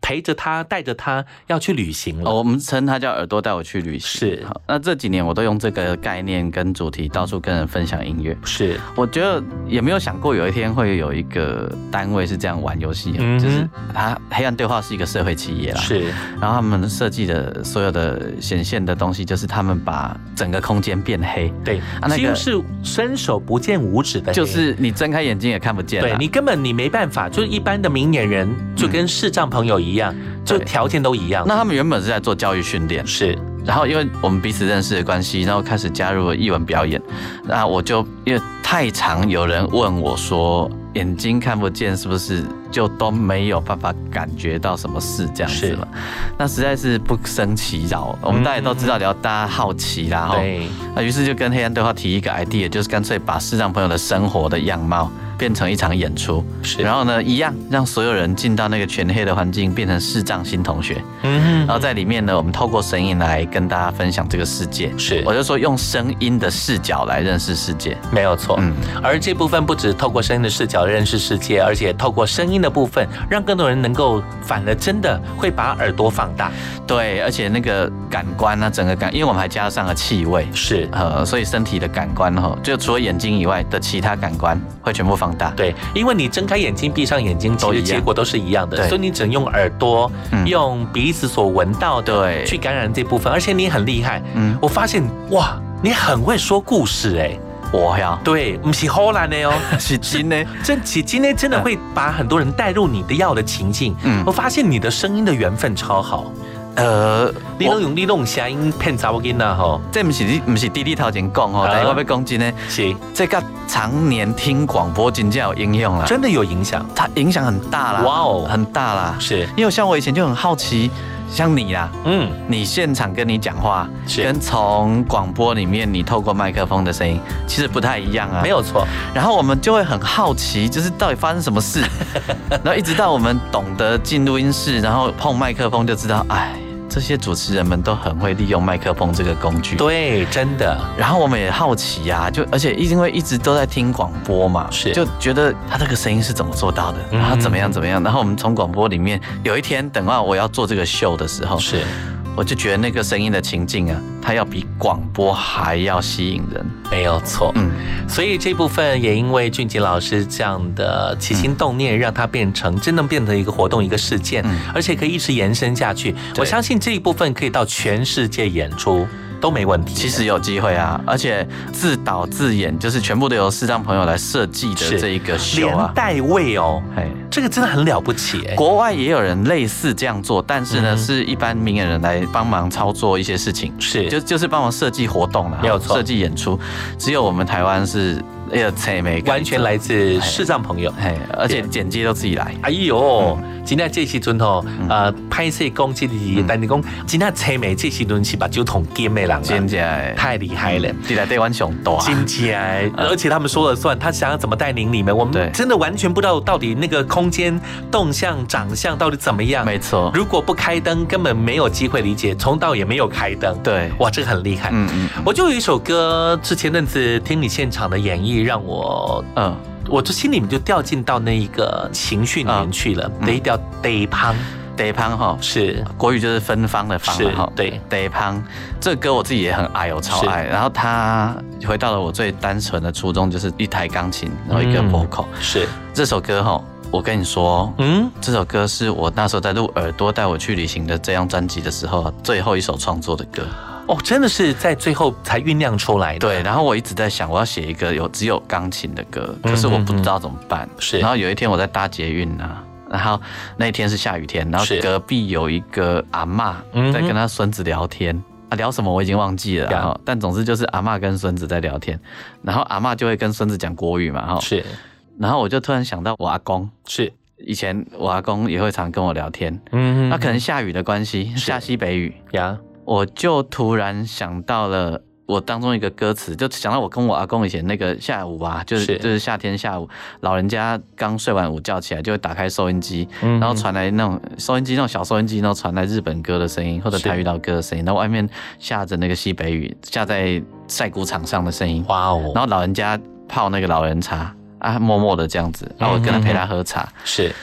陪着他，带着他要去旅行了。 哦、我们称他叫耳朵带我去旅行。 是， 那这几年我都用这个概念跟主题到处跟人分享音乐。 是， 我觉得也没有想过有一天会有一个单位是这样玩游戏、嗯，就是它黑暗对话是一个社会企业啦。 是， 然后他们设计的所有的显现的东西，就是他们把整个空间变黑。 对，啊，那个是伸手不见五指的黑， 就是你睁开眼睛也看不见。 对，你根本你没办法，就是一般的明眼人就跟视障朋友一样，嗯、就条件都一样。 那他们原本是在做教育训练， 是。 然后因为我们彼此认识的关系，然后开始加入了艺文表演。那我就因为太常有人问我说，眼睛看不见是不是就都没有办法感觉到什么事这样子了？那实在是不胜其扰。我们大家都知道，聊大家好奇啦， 对。 那于是就跟黑暗对话提一个 idea， 就是干脆把视障朋友的生活的样貌变成一场演出， 是， 然后呢，一样让所有人进到那个全黑的环境，变成视障新同学。 嗯， 然后在里面呢，我们透过声音来跟大家分享这个世界。 是， 我就说用声音的视角来认识世界， 没有错。嗯，而这部分不只透过声音的视角认识世界，而且透过声音的部分，让更多人能够反而真的会把耳朵放大。 对，而且那个感官呢，整个感，因为我们还加上了气味， 是， 呃，所以身体的感官哈，就除了眼睛以外的其他感官会全部放大。 对，因为你睁开眼睛闭上眼睛其实结果都是一样的，所以你只能用耳朵、嗯、用鼻子所闻到的对去感染这部分。而且你很厉害，嗯，我发现哇，你很会说故事哎、欸。 我呀， 对，不是唬烂的哦， 是真的， 真是今天真的会把很多人带入你的要的情境。嗯，我发现你的声音的缘分超好。呃，你拢用你拢声音骗查某囡仔吼， 这不是你不是弟弟头前讲吼，但是我要讲真的， 是这个常年听广播真正有影响啦， 真的有影响， 它影响很大啦，哇哦，很大啦， 是因为像我以前就很好奇。像你啦，嗯，你现场跟你讲话，跟从广播里面你透过麦克风的声音，其实不太一样啊， 没有错。 然后我们就会很好奇，就是到底发生什么事，然后一直到我们懂得进录音室，然后碰麦克风就知道，哎。这些主持人们都很会利用麦克风这个工具， 对，真的。 然后我们也好奇啊，就而且因为一直都在听广播嘛， 是就觉得他这个声音是怎么做到的，然后怎么样怎么样。然后我们从广播里面，有一天等到我要做这个秀的时候， 是。 我就觉得那个声音的情境啊，它要比广播还要吸引人， 没有错。嗯，所以这部分也因为俊杰老师这样的起心动念，让它变成真正变成一个活动、一个事件，嗯、而且可以一直延伸下去。我相信这一部分可以到全世界演出。都没问题， 其实有机会啊，而且自导自演，就是全部都由视障朋友来设计的这一个秀啊， 连带位哦，这个真的很了不起哎。 国外也有人类似这样做，但是呢，嗯、是一般明眼人来帮忙操作一些事情， 是就就是帮忙设计活动啦， 没有错， 设计演出。只有我们台湾是。 完全来自视障朋友， 而且剪接都自己来。 哎呦，今天这时阵吼，呃，拍摄讲这里，但是讲今天车美这时阵是把酒桶兼的人， 真正太厉害了， 你来台湾上大， 真正，而且他们说了算，他想要怎么带领你们，我们真的完全不知道到底那个空间、动向、长相到底怎么样。 没错， 如果不开灯，根本没有机会理解。从到也没有开灯， 对， 哇，这个很厉害。嗯嗯，我就有一首歌，之前阵子听你现场的演绎。让我，嗯，我就心里面就掉进到那一个情绪里面去了。得掉地方， 地方哈是国语就是芬芳的芳哈， 对， 地方这个歌我自己也很爱，我超爱。然后它回到了我最单纯的初衷，就是一台钢琴，然后一个 vocal。 是这首歌哈，我跟你说，嗯，这首歌是我那时候在录《耳朵带我去旅行》的这张专辑的时候最后一首创作的歌。 哦，真的是在最后才酝酿出来的。 对，然后我一直在想，我要写一个有只有钢琴的歌，可是我不知道怎么办。 是， 然后有一天我在搭捷运啊，然后那一天是下雨天，然后隔壁有一个阿嬷在跟她孙子聊天。啊，聊什么我已经忘记了，哈，但总之就是阿嬷跟孙子在聊天，然后阿嬷就会跟孙子讲国语嘛，哈， 是， 然后我就突然想到我阿公， 是， 以前我阿公也会常跟我聊天，嗯，那可能下雨的关系，下西北雨呀。 我就突然想到了我当中一个歌词，就想到我跟我阿公以前那个下午啊，就是就是夏天下午，老人家刚睡完午觉起来，就会打开收音机，嗯、然后传来那种收音机那种小收音机，然后传来日本歌的声音或者台语老歌的声音，然后外面下着那个西北雨，下在晒谷场上的声音， 哇哦！ 然后老人家泡那个老人茶啊，默默的这样子，然后我跟他陪他喝茶， 是。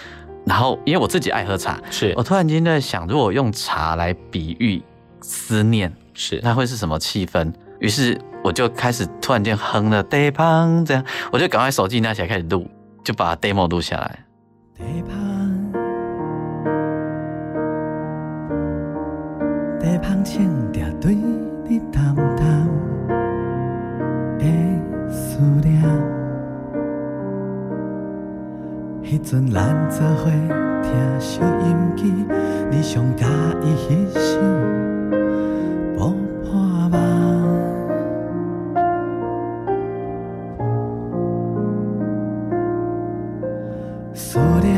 然后因为我自己爱喝茶， 是我突然间在想，如果用茶来比喻思念， 是那会是什么气氛？于是我就开始突然间哼了 day 胖，这样我就赶快手机拿起来开始录，就把 demo 录下来。 day 胖， day 胖穿着对你淡淡的思念，迄阵咱做伙听小音机，你上喜意迄首无破梦。思念，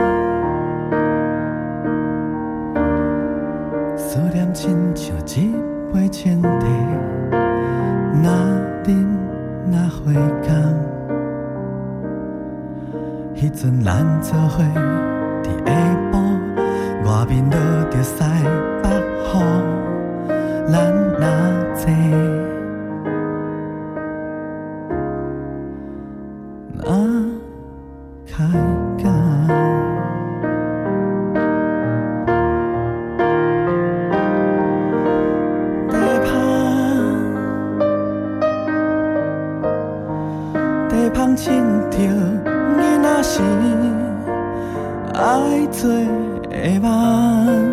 思念亲像一杯清茶，若饮若回甘。迄阵咱做伙伫下晡，外面落着西北雨，咱若坐，若开讲。地芳，地芳亲着囡仔时爱做的梦，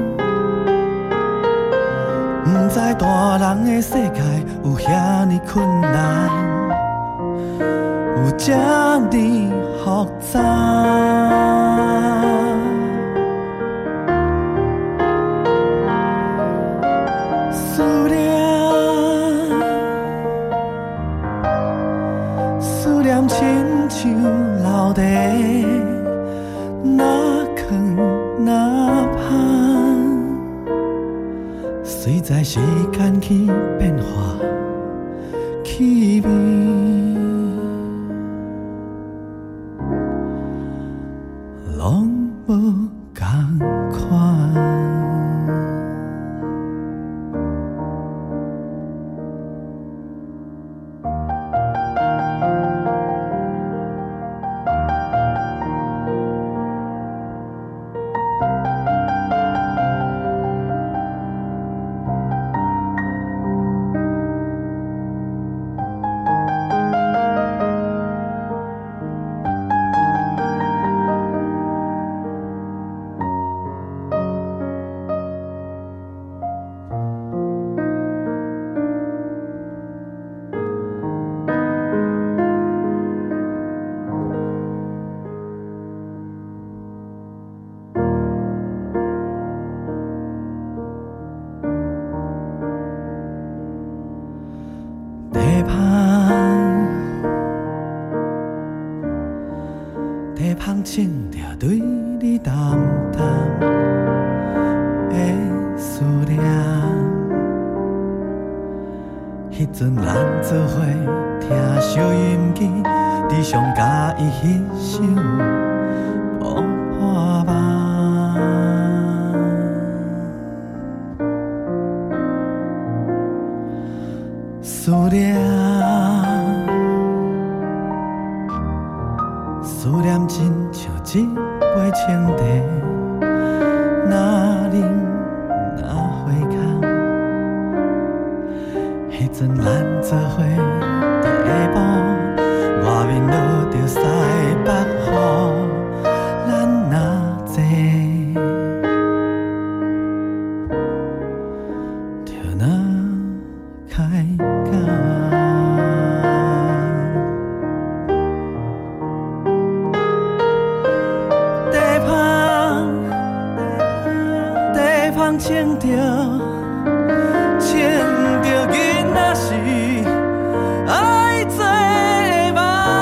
不知大人的世界有遐尼困难，有这呢复杂。思念，思念亲像流茶，若藏若香，随在时间去变化气味。拢无同款。地芳，地芳穿着对你淡淡的思念，迄阵咱做伙听小音机，你上喜意迄首无破梦。思念，思念真像一杯清茶，若饮若回甘。迄阵咱做伙伫下晡，外面落着西北雨，咱若坐，就若开讲。地芳，地芳穿着，穿着囡仔时爱做的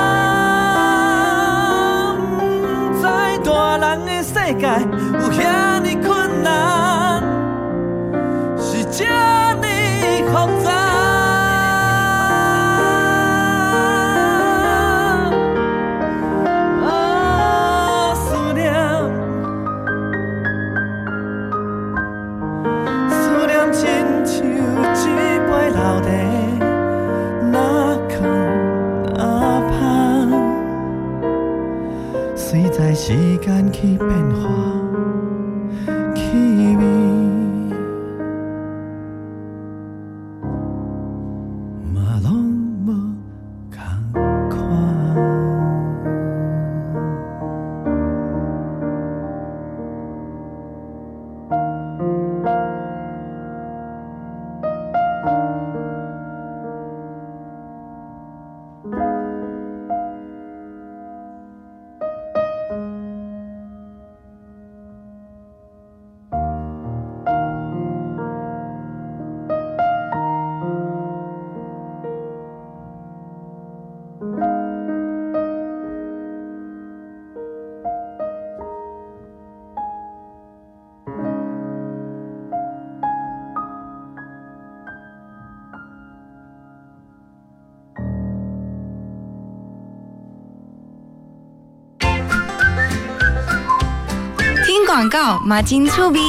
梦，不知大人的世界有遐尼困难，是这呢复杂。亲像一杯老茶， 时间去变化气味，嘛拢无同款。 广告嘛真趣味。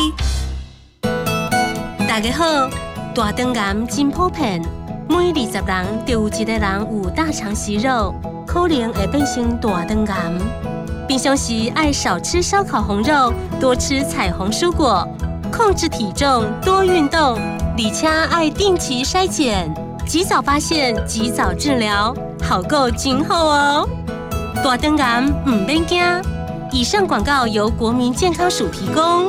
大家好，大肠癌真普遍，每二十人就有一个人有大肠息肉，可能会变成大肠癌。平常时爱少吃烧烤红肉，多吃彩虹蔬果，控制体重，多运动，而且爱定期筛检，及早发现，及早治疗，好够今后哦。大肠癌唔免惊。以上广告由国民健康署提供。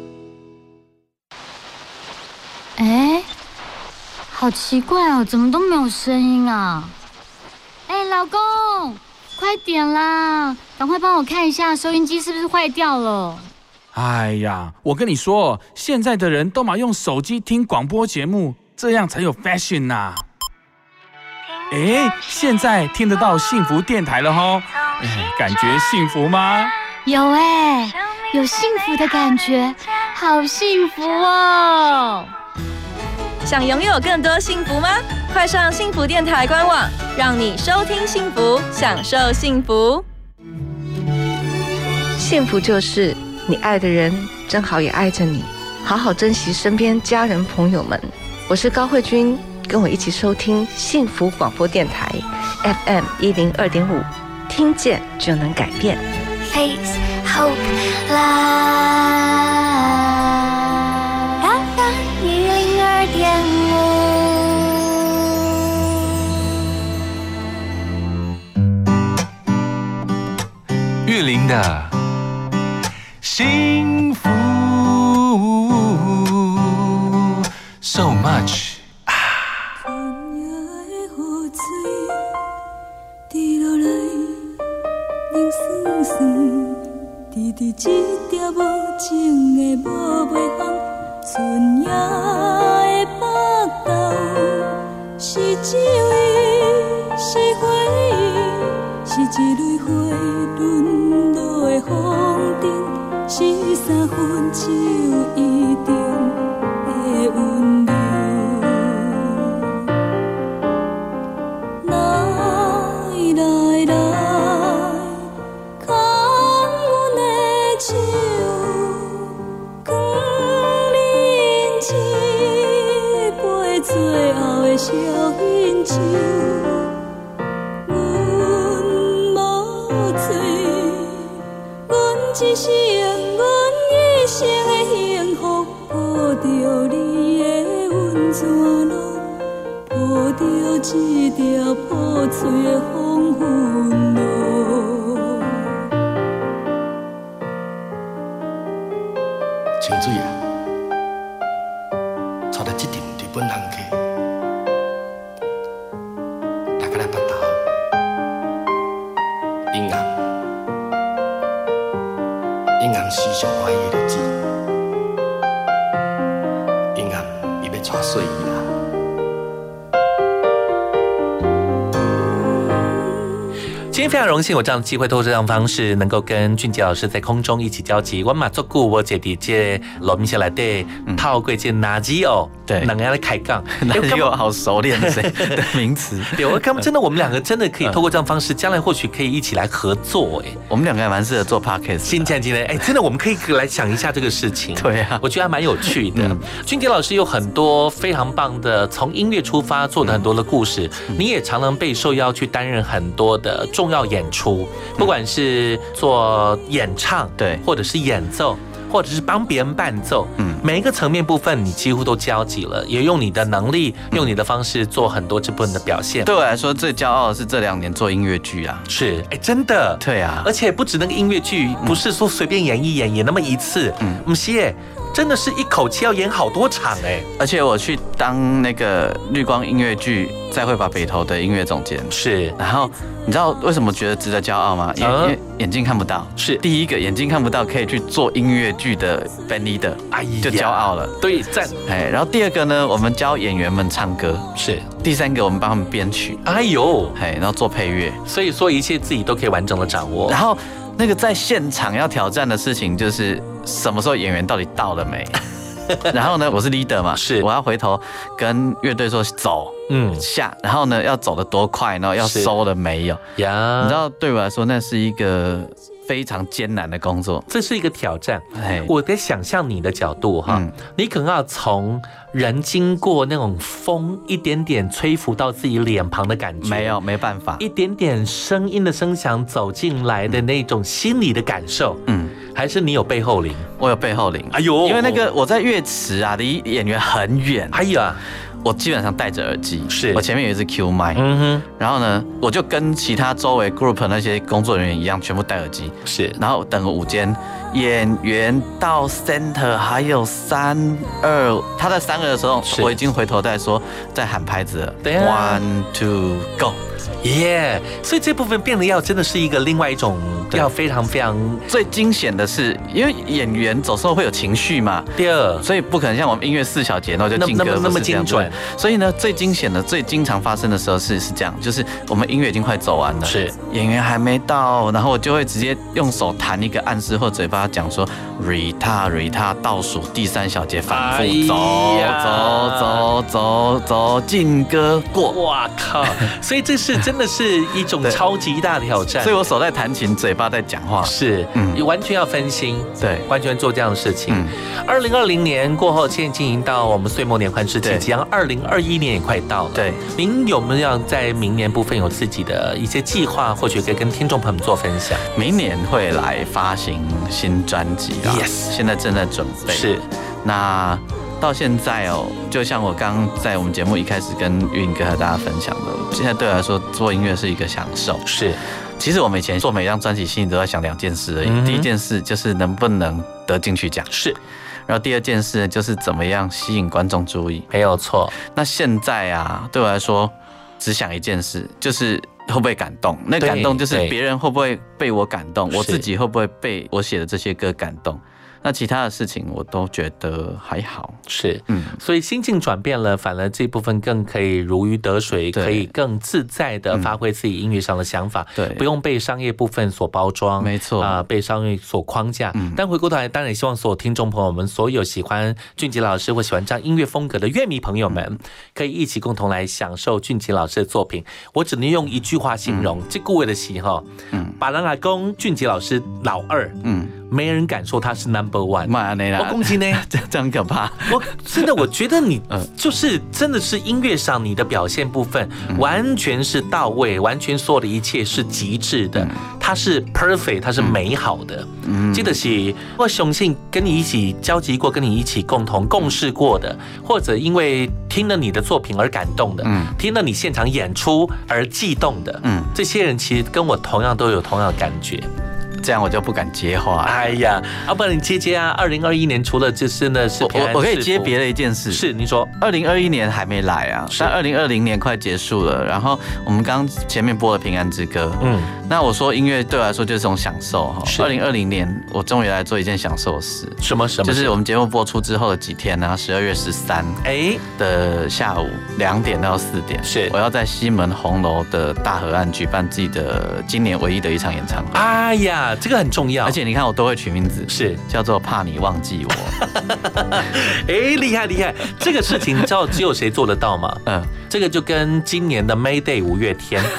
哎，好奇怪哦，怎么都没有声音啊？哎，老公，快点啦，赶快帮我看一下收音机是不是坏掉了。 哎呀，我跟你说，现在的人都嘛用手机听广播节目，这样才有 fashion 呐、啊。哎，现在听得到幸福电台了吼，哎，感觉幸福吗？ 有哎，有幸福的感觉，好幸福哦！ 想拥有更多幸福吗？快上幸福电台官网，让你收听幸福，享受幸福。 幸福就是你爱的人正好也爱着你，好好珍惜身边家人朋友们。我是高慧君，跟我一起收听幸福广播电台 F M 一零二点五，听见就能改变。 Face Hope Live F M 一零二点五，玉林的幸福 ，so much。 伫一条无情的无尾巷，春夜的北斗，是一位，是回忆，是一蕊花轮落的风筝，是三分手意中的温柔。来来来，牵阮的手，光临一杯最后的小饮酒。阮无罪，阮一生，阮一生的幸福，抱着你的温泉路，抱着一条破碎的黄昏路。 清水啊，带来一阵日本人客，大家来巴肚，阴暗，阴暗时上欢喜的日子，阴暗伊要带细伊啦。 今天非常荣幸有这样的机会，透过这样的方式，能够跟俊杰老师在空中一起交集。我马做顾我姐弟姐录音下来的套过这垃圾哦， 对， 两个人来开杠， 垃圾哦，好熟练的名词。 对，我刚真的，我们两个真的可以透过这样的方式，将来或许可以一起来合作。哎， 我们两个还蛮适合做 podcast。 新前今天，哎，真的我们可以来想一下这个事情。 对啊， 我觉得还蛮有趣的。嗯、俊杰老师有很多非常棒的，从音乐出发做的很多的故事，嗯、你也常常被受邀去担任很多的重重要演出，不管是做演唱， 对， 或者是演奏，或者是帮别人伴奏，嗯，每一个层面部分你几乎都交集了，也用你的能力，用你的方式做很多这部分的表现。 对我来说，最骄傲的是这两年做音乐剧啊， 是，哎，真的， 对啊， 而且不止那个音乐剧，不是说随便演一演，演那么一次，嗯，不是耶。真的是一口气要演好多场哎， 而且我去当那个绿光音乐剧《再会吧北投》的音乐总监， 是。 然后你知道为什么觉得值得骄傲吗？因为、嗯、因为眼睛看不到， 是第一个眼睛看不到可以去做音乐剧的 band leader， 哎呀，就骄傲了。 对，赞。 哎，然后第二个呢，我们教演员们唱歌， 是。 第三个，我们帮他们编曲， 哎呦， 哎，然后做配乐， 所以说一切自己都可以完整的掌握。 然后那个在现场要挑战的事情就是什么时候演员到底到了没？然后呢，我是 leader 嘛， 是我要回头跟乐队说走，嗯，下，然后呢要走得多快，然后要收了没有呀？你知道对我来说，那是一个非常艰难的工作， 这是一个挑战。我在想象你的角度哈，嗯、你可能要从人经过那种风一点点吹拂到自己脸庞的感觉， 没有，没办法， 一点点声音的声响走进来的那种心理的感受，嗯。还是你有背后灵？ 我有背后灵。 哎呦， 因为那个我在乐池啊，离演员很远。 哎呀， 我基本上戴着耳机， 是我前面有一支 Q 麦，嗯哼，然后呢，我就跟其他周围 group 那些工作人员一样，全部戴耳机， 是， 然后等午间演员到 center 还有三二，他在三二的时候，我已经回头在说，在喊拍子了 ，one two go。 耶、yeah ，所以这部分变得要真的是一个另外一种，要非常非常最惊险的是，因为演员有时候会有情绪嘛， 第二， 所以不可能像我们音乐四小节，然后就进歌那么那么精准。 所以呢，最惊险的、最经常发生的时候是是这样，就是我们音乐已经快走完了， 是演员还没到，然后我就会直接用手弹一个暗示或嘴巴讲说 ，Rita Rita 倒数第三小节反复走、哎、走走走走进歌过， 哇靠！所以这是。真的是一种超级大的挑战， 所以我手在弹琴，嘴巴在讲话， 是，嗯，你完全要分心， 对， 完全做这样的事情。二零二零年过后，现在进行到我们岁末年关之际，即将二零二一年也快到了。 对， 您有没有要在明年部分有自己的一些计划，或许可以跟听众朋友们做分享？ 明年会来发行新专辑啊 ，yes， 现在正在准备。 是， 那。到现在哦，就像我刚在我们节目一开始跟云哥和大家分享的，现在对我来说做音乐是一个享受。 是， 其实我们以前做每张专辑，心里都在想两件事而已。嗯、第一件事就是能不能得金曲奖， 是。 然后第二件事就是怎么样吸引观众注意， 没有错。 那现在啊，对我来说只想一件事，就是会不会感动。那感动就是别人会不会被我感动，我自己会不会被我写的这些歌感动。那其他的事情我都觉得还好， 是，嗯，所以心境转变了，反而这部分更可以如鱼得水，可以更自在的发挥自己音乐上的想法， 对， 不用被商业部分所包装， 没错啊、呃，被商业所框架。嗯、但回过头来，当然也希望所有听众朋友们，所有喜欢俊杰老师或喜欢这样音乐风格的乐迷朋友们，嗯、可以一起共同来享受俊杰老师的作品。我只能用一句话形容，嗯、这顾位的戏哈，嗯，把人来攻俊杰老师老二，嗯。没人敢说他是 number one， 我恭喜呢， 这这样可怕。 我真的，我觉得你就是真的是音乐上你的表现部分完全是到位，完全所有的一切是极致的，它是 perfect， 它是美好的。记得是我相信跟你一起交集过，跟你一起共同共事过的，或者因为听了你的作品而感动的，听了你现场演出而悸动的，这些人其实跟我同样都有同样的感觉。 这样我就不敢接话。 哎呀，要、啊、不然你接接啊！二零二一年除了这真的是平安， 我我可以接别的一件事。 是你说， 二零二一年还没来啊，但二零二零年快结束了。然后我们刚前面播了《平安之歌》，嗯，那我说音乐对我来说就是种享受哈。二零二零年我终于来做一件享受的事。 什么什么？ 就是我们节目播出之后的几天呢，十二月十三哎的下午两点到四点， 是我要在西门红楼的大河岸举办自己的今年唯一的一场演唱会。 哎呀，这个很重要， 而且你看我都会取名字， 是叫做怕你忘记我。 哎，厉害厉害！这个事情你知道只有谁做得到吗？嗯，这个就跟今年的 May Day 五月天。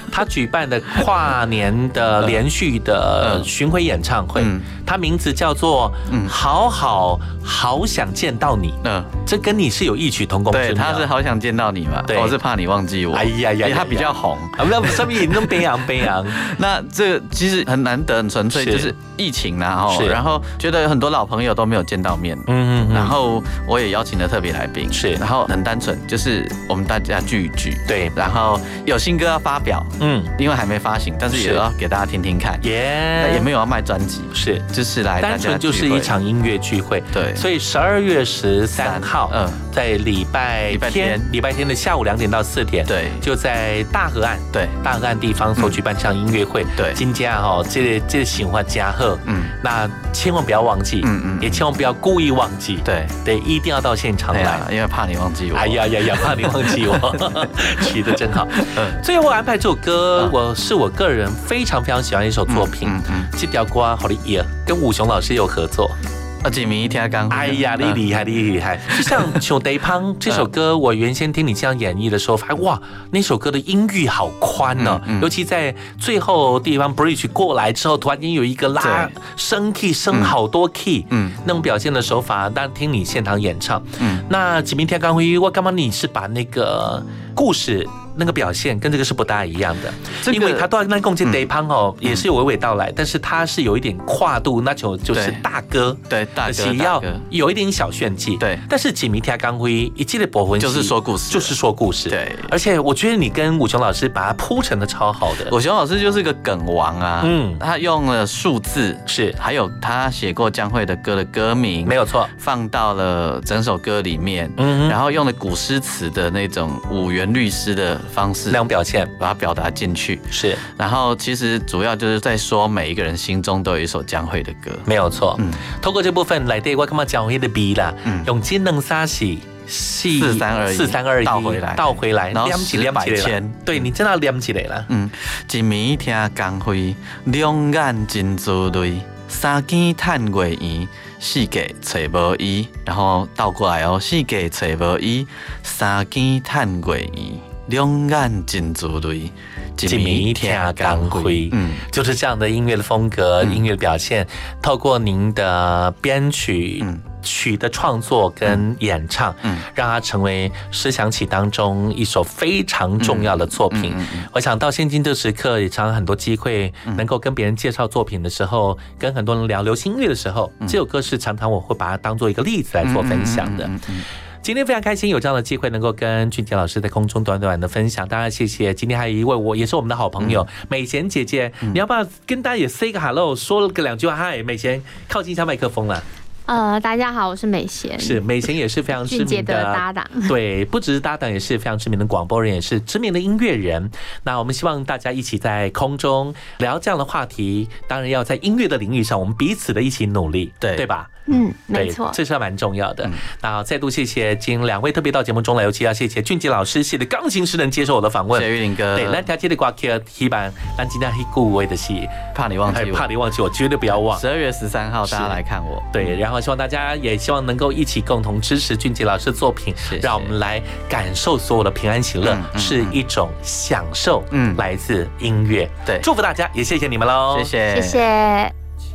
他举办的跨年的连续的巡回演唱会，嗯、他名字叫做“好好好想见到你”。嗯，这跟你是有异曲同工之妙。 对，他是好想见到你嘛，我是怕你忘记我。 哎呀呀， 因为他比较红啊，不要上面那种悲凉悲凉。 那这个其实很难得，很纯粹，就是疫情然后然后觉得很多老朋友都没有见到面，嗯嗯，然后我也邀请了特别来宾，是，然后很单纯，就是我们大家聚一聚， 对， 然后有新歌要发表，嗯，因为还没发行，但是也要给大家听听看，耶，也没有要卖专辑， 是， 就是来单纯就是一场音乐聚会， 对， 所以十二月十三号，嗯，在礼拜天礼拜天的下午两点到四点，对，就在大河岸，对，大河岸地方所举办这场音乐会，对，今家哈，这这喜欢加贺，嗯，那千万不要忘记，嗯嗯，也千万不要故意忘记，对对，一定要到现场来， 因为怕你忘记我， 哎呀呀呀，怕你忘记我，取得真好。最后安排这首歌，我是我个人非常非常喜欢的一首作品，嗯嗯，这条歌好厉害，跟武雄老师有合作。 啊，几名一听刚， 哎呀，你厉害，你厉害！就像《熊呆胖》这首歌，我原先听你这样演绎的时候，发现哇，那首歌的音域好宽呢，尤其在最后地方 bridge 过来之后，突然间有一个拉升 key， 升好多 key， 嗯，那种表现的手法，当然听你现场演唱，嗯，那几名天刚辉，我干嘛你是把那个故事。那个表现跟这个是不大一样的，这个、因为他到那共进 day 胖哦，也是有娓娓道来，但是他是有一点跨度，那就就是大哥， 对大哥， 只要有一点小炫技，对。但是几米天刚辉一记的博文就是说故事， 就是说故事，对。而且我觉得你跟武雄老师把它铺成的超好的， 武雄老师就是个梗王啊，嗯，他用了数字是，还有他写过江蕙的歌的歌名， 没有错， 放到了整首歌里面，嗯，然后用了古诗词的那种五元律诗的方式， 那种表现， 把它表达进去。 是， 然后其实主要就是在说每一个人心中都有一首江蕙的歌， 没有错。嗯，透过这部分来对我干嘛江蕙的 B 啦，嗯，用金能沙喜。 四三二一， 四三二一，倒回来，倒回来， 然后十百千， 对你真的要连起来了。 嗯，一暝听江蕙，两眼真珠泪，三更叹月圆，四界找无伊。然后倒过来哦，四界找无伊，三更叹月圆，两眼真珠泪。 一暝听江蕙，嗯，就是这样的音乐的风格，嗯、音乐的表现，透过您的编曲。嗯曲的创作跟演唱，嗯，让它成为诗响起当中一首非常重要的作品。嗯嗯嗯、我想到现今这时刻，也常常很多机会能够跟别人介绍作品的时候，跟很多人聊流行音乐的时候，嗯、这首歌是常常我会把它当做一个例子来做分享的。嗯嗯嗯嗯今天非常开心有这样的机会，能够跟俊杰老师在空中短短的分享，当然谢谢。今天还有一位我也是我们的好朋友、嗯、美贤姐姐、嗯，你要不要跟大家也 say 个 hello， 说了个两句话？嗨，美贤，靠近一下麦克风了。 呃，大家好，我是美贤。 是美贤也是非常知名的搭档， 对，不只是搭档，也是非常知名的广播人，也是知名的音乐人。那我们希望大家一起在空中聊这样的话题，当然要在音乐的领域上，我们彼此的一起努力，对对吧？ 嗯，没错， 这是蛮重要的。嗯、那再度谢谢今两位特别到节目中来，尤其要谢谢俊杰老师，谢谢钢琴师能接受我的访问。 谢谢玉林哥。 对，咱条街的歌曲，希望咱今天去顾位的是怕你忘记我， 怕你忘记我，绝对不要忘。 十二月十三号大家来看我。 对，然后希望大家也希望能够一起共同支持俊杰老师的作品，谢谢让我们来感受所有的平安喜乐，嗯、是一种享受，嗯，来自音乐。对，祝福大家，也谢谢你们喽， 谢谢， 谢谢。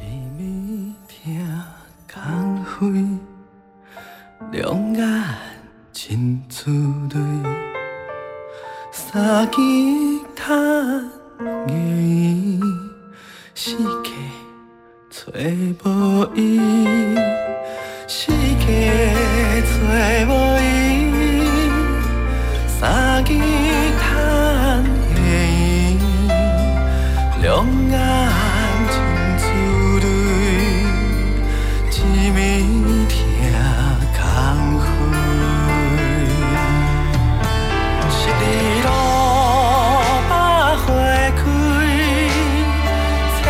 两眼真珠泪，三更叹月圆，四界找无伊，四界找无伊，三更叹月圆，两眼真珠泪，一暝听。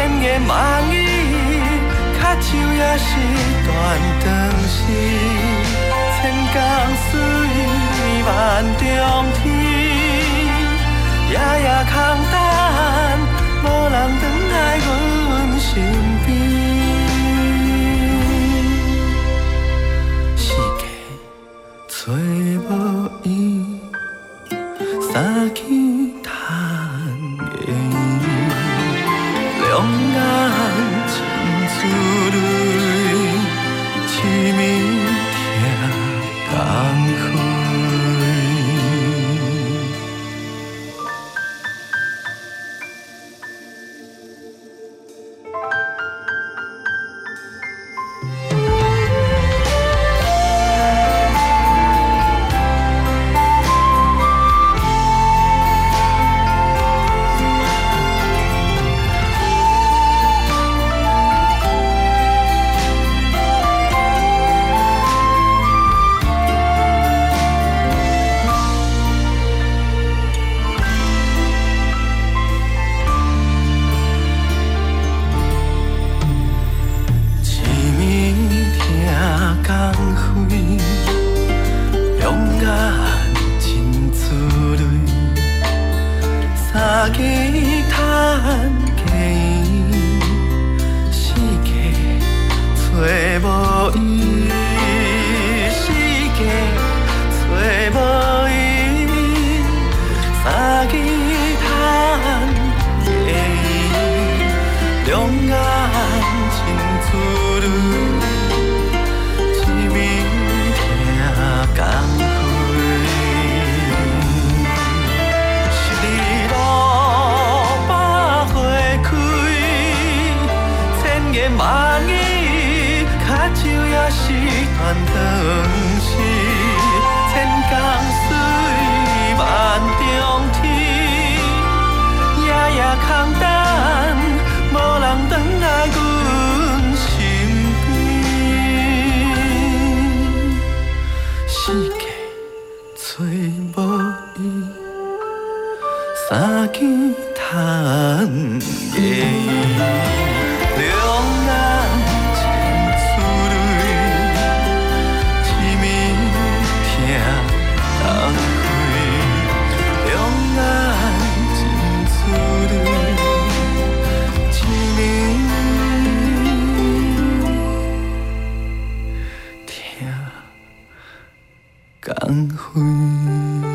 万语，较像也是段长诗。 感灰。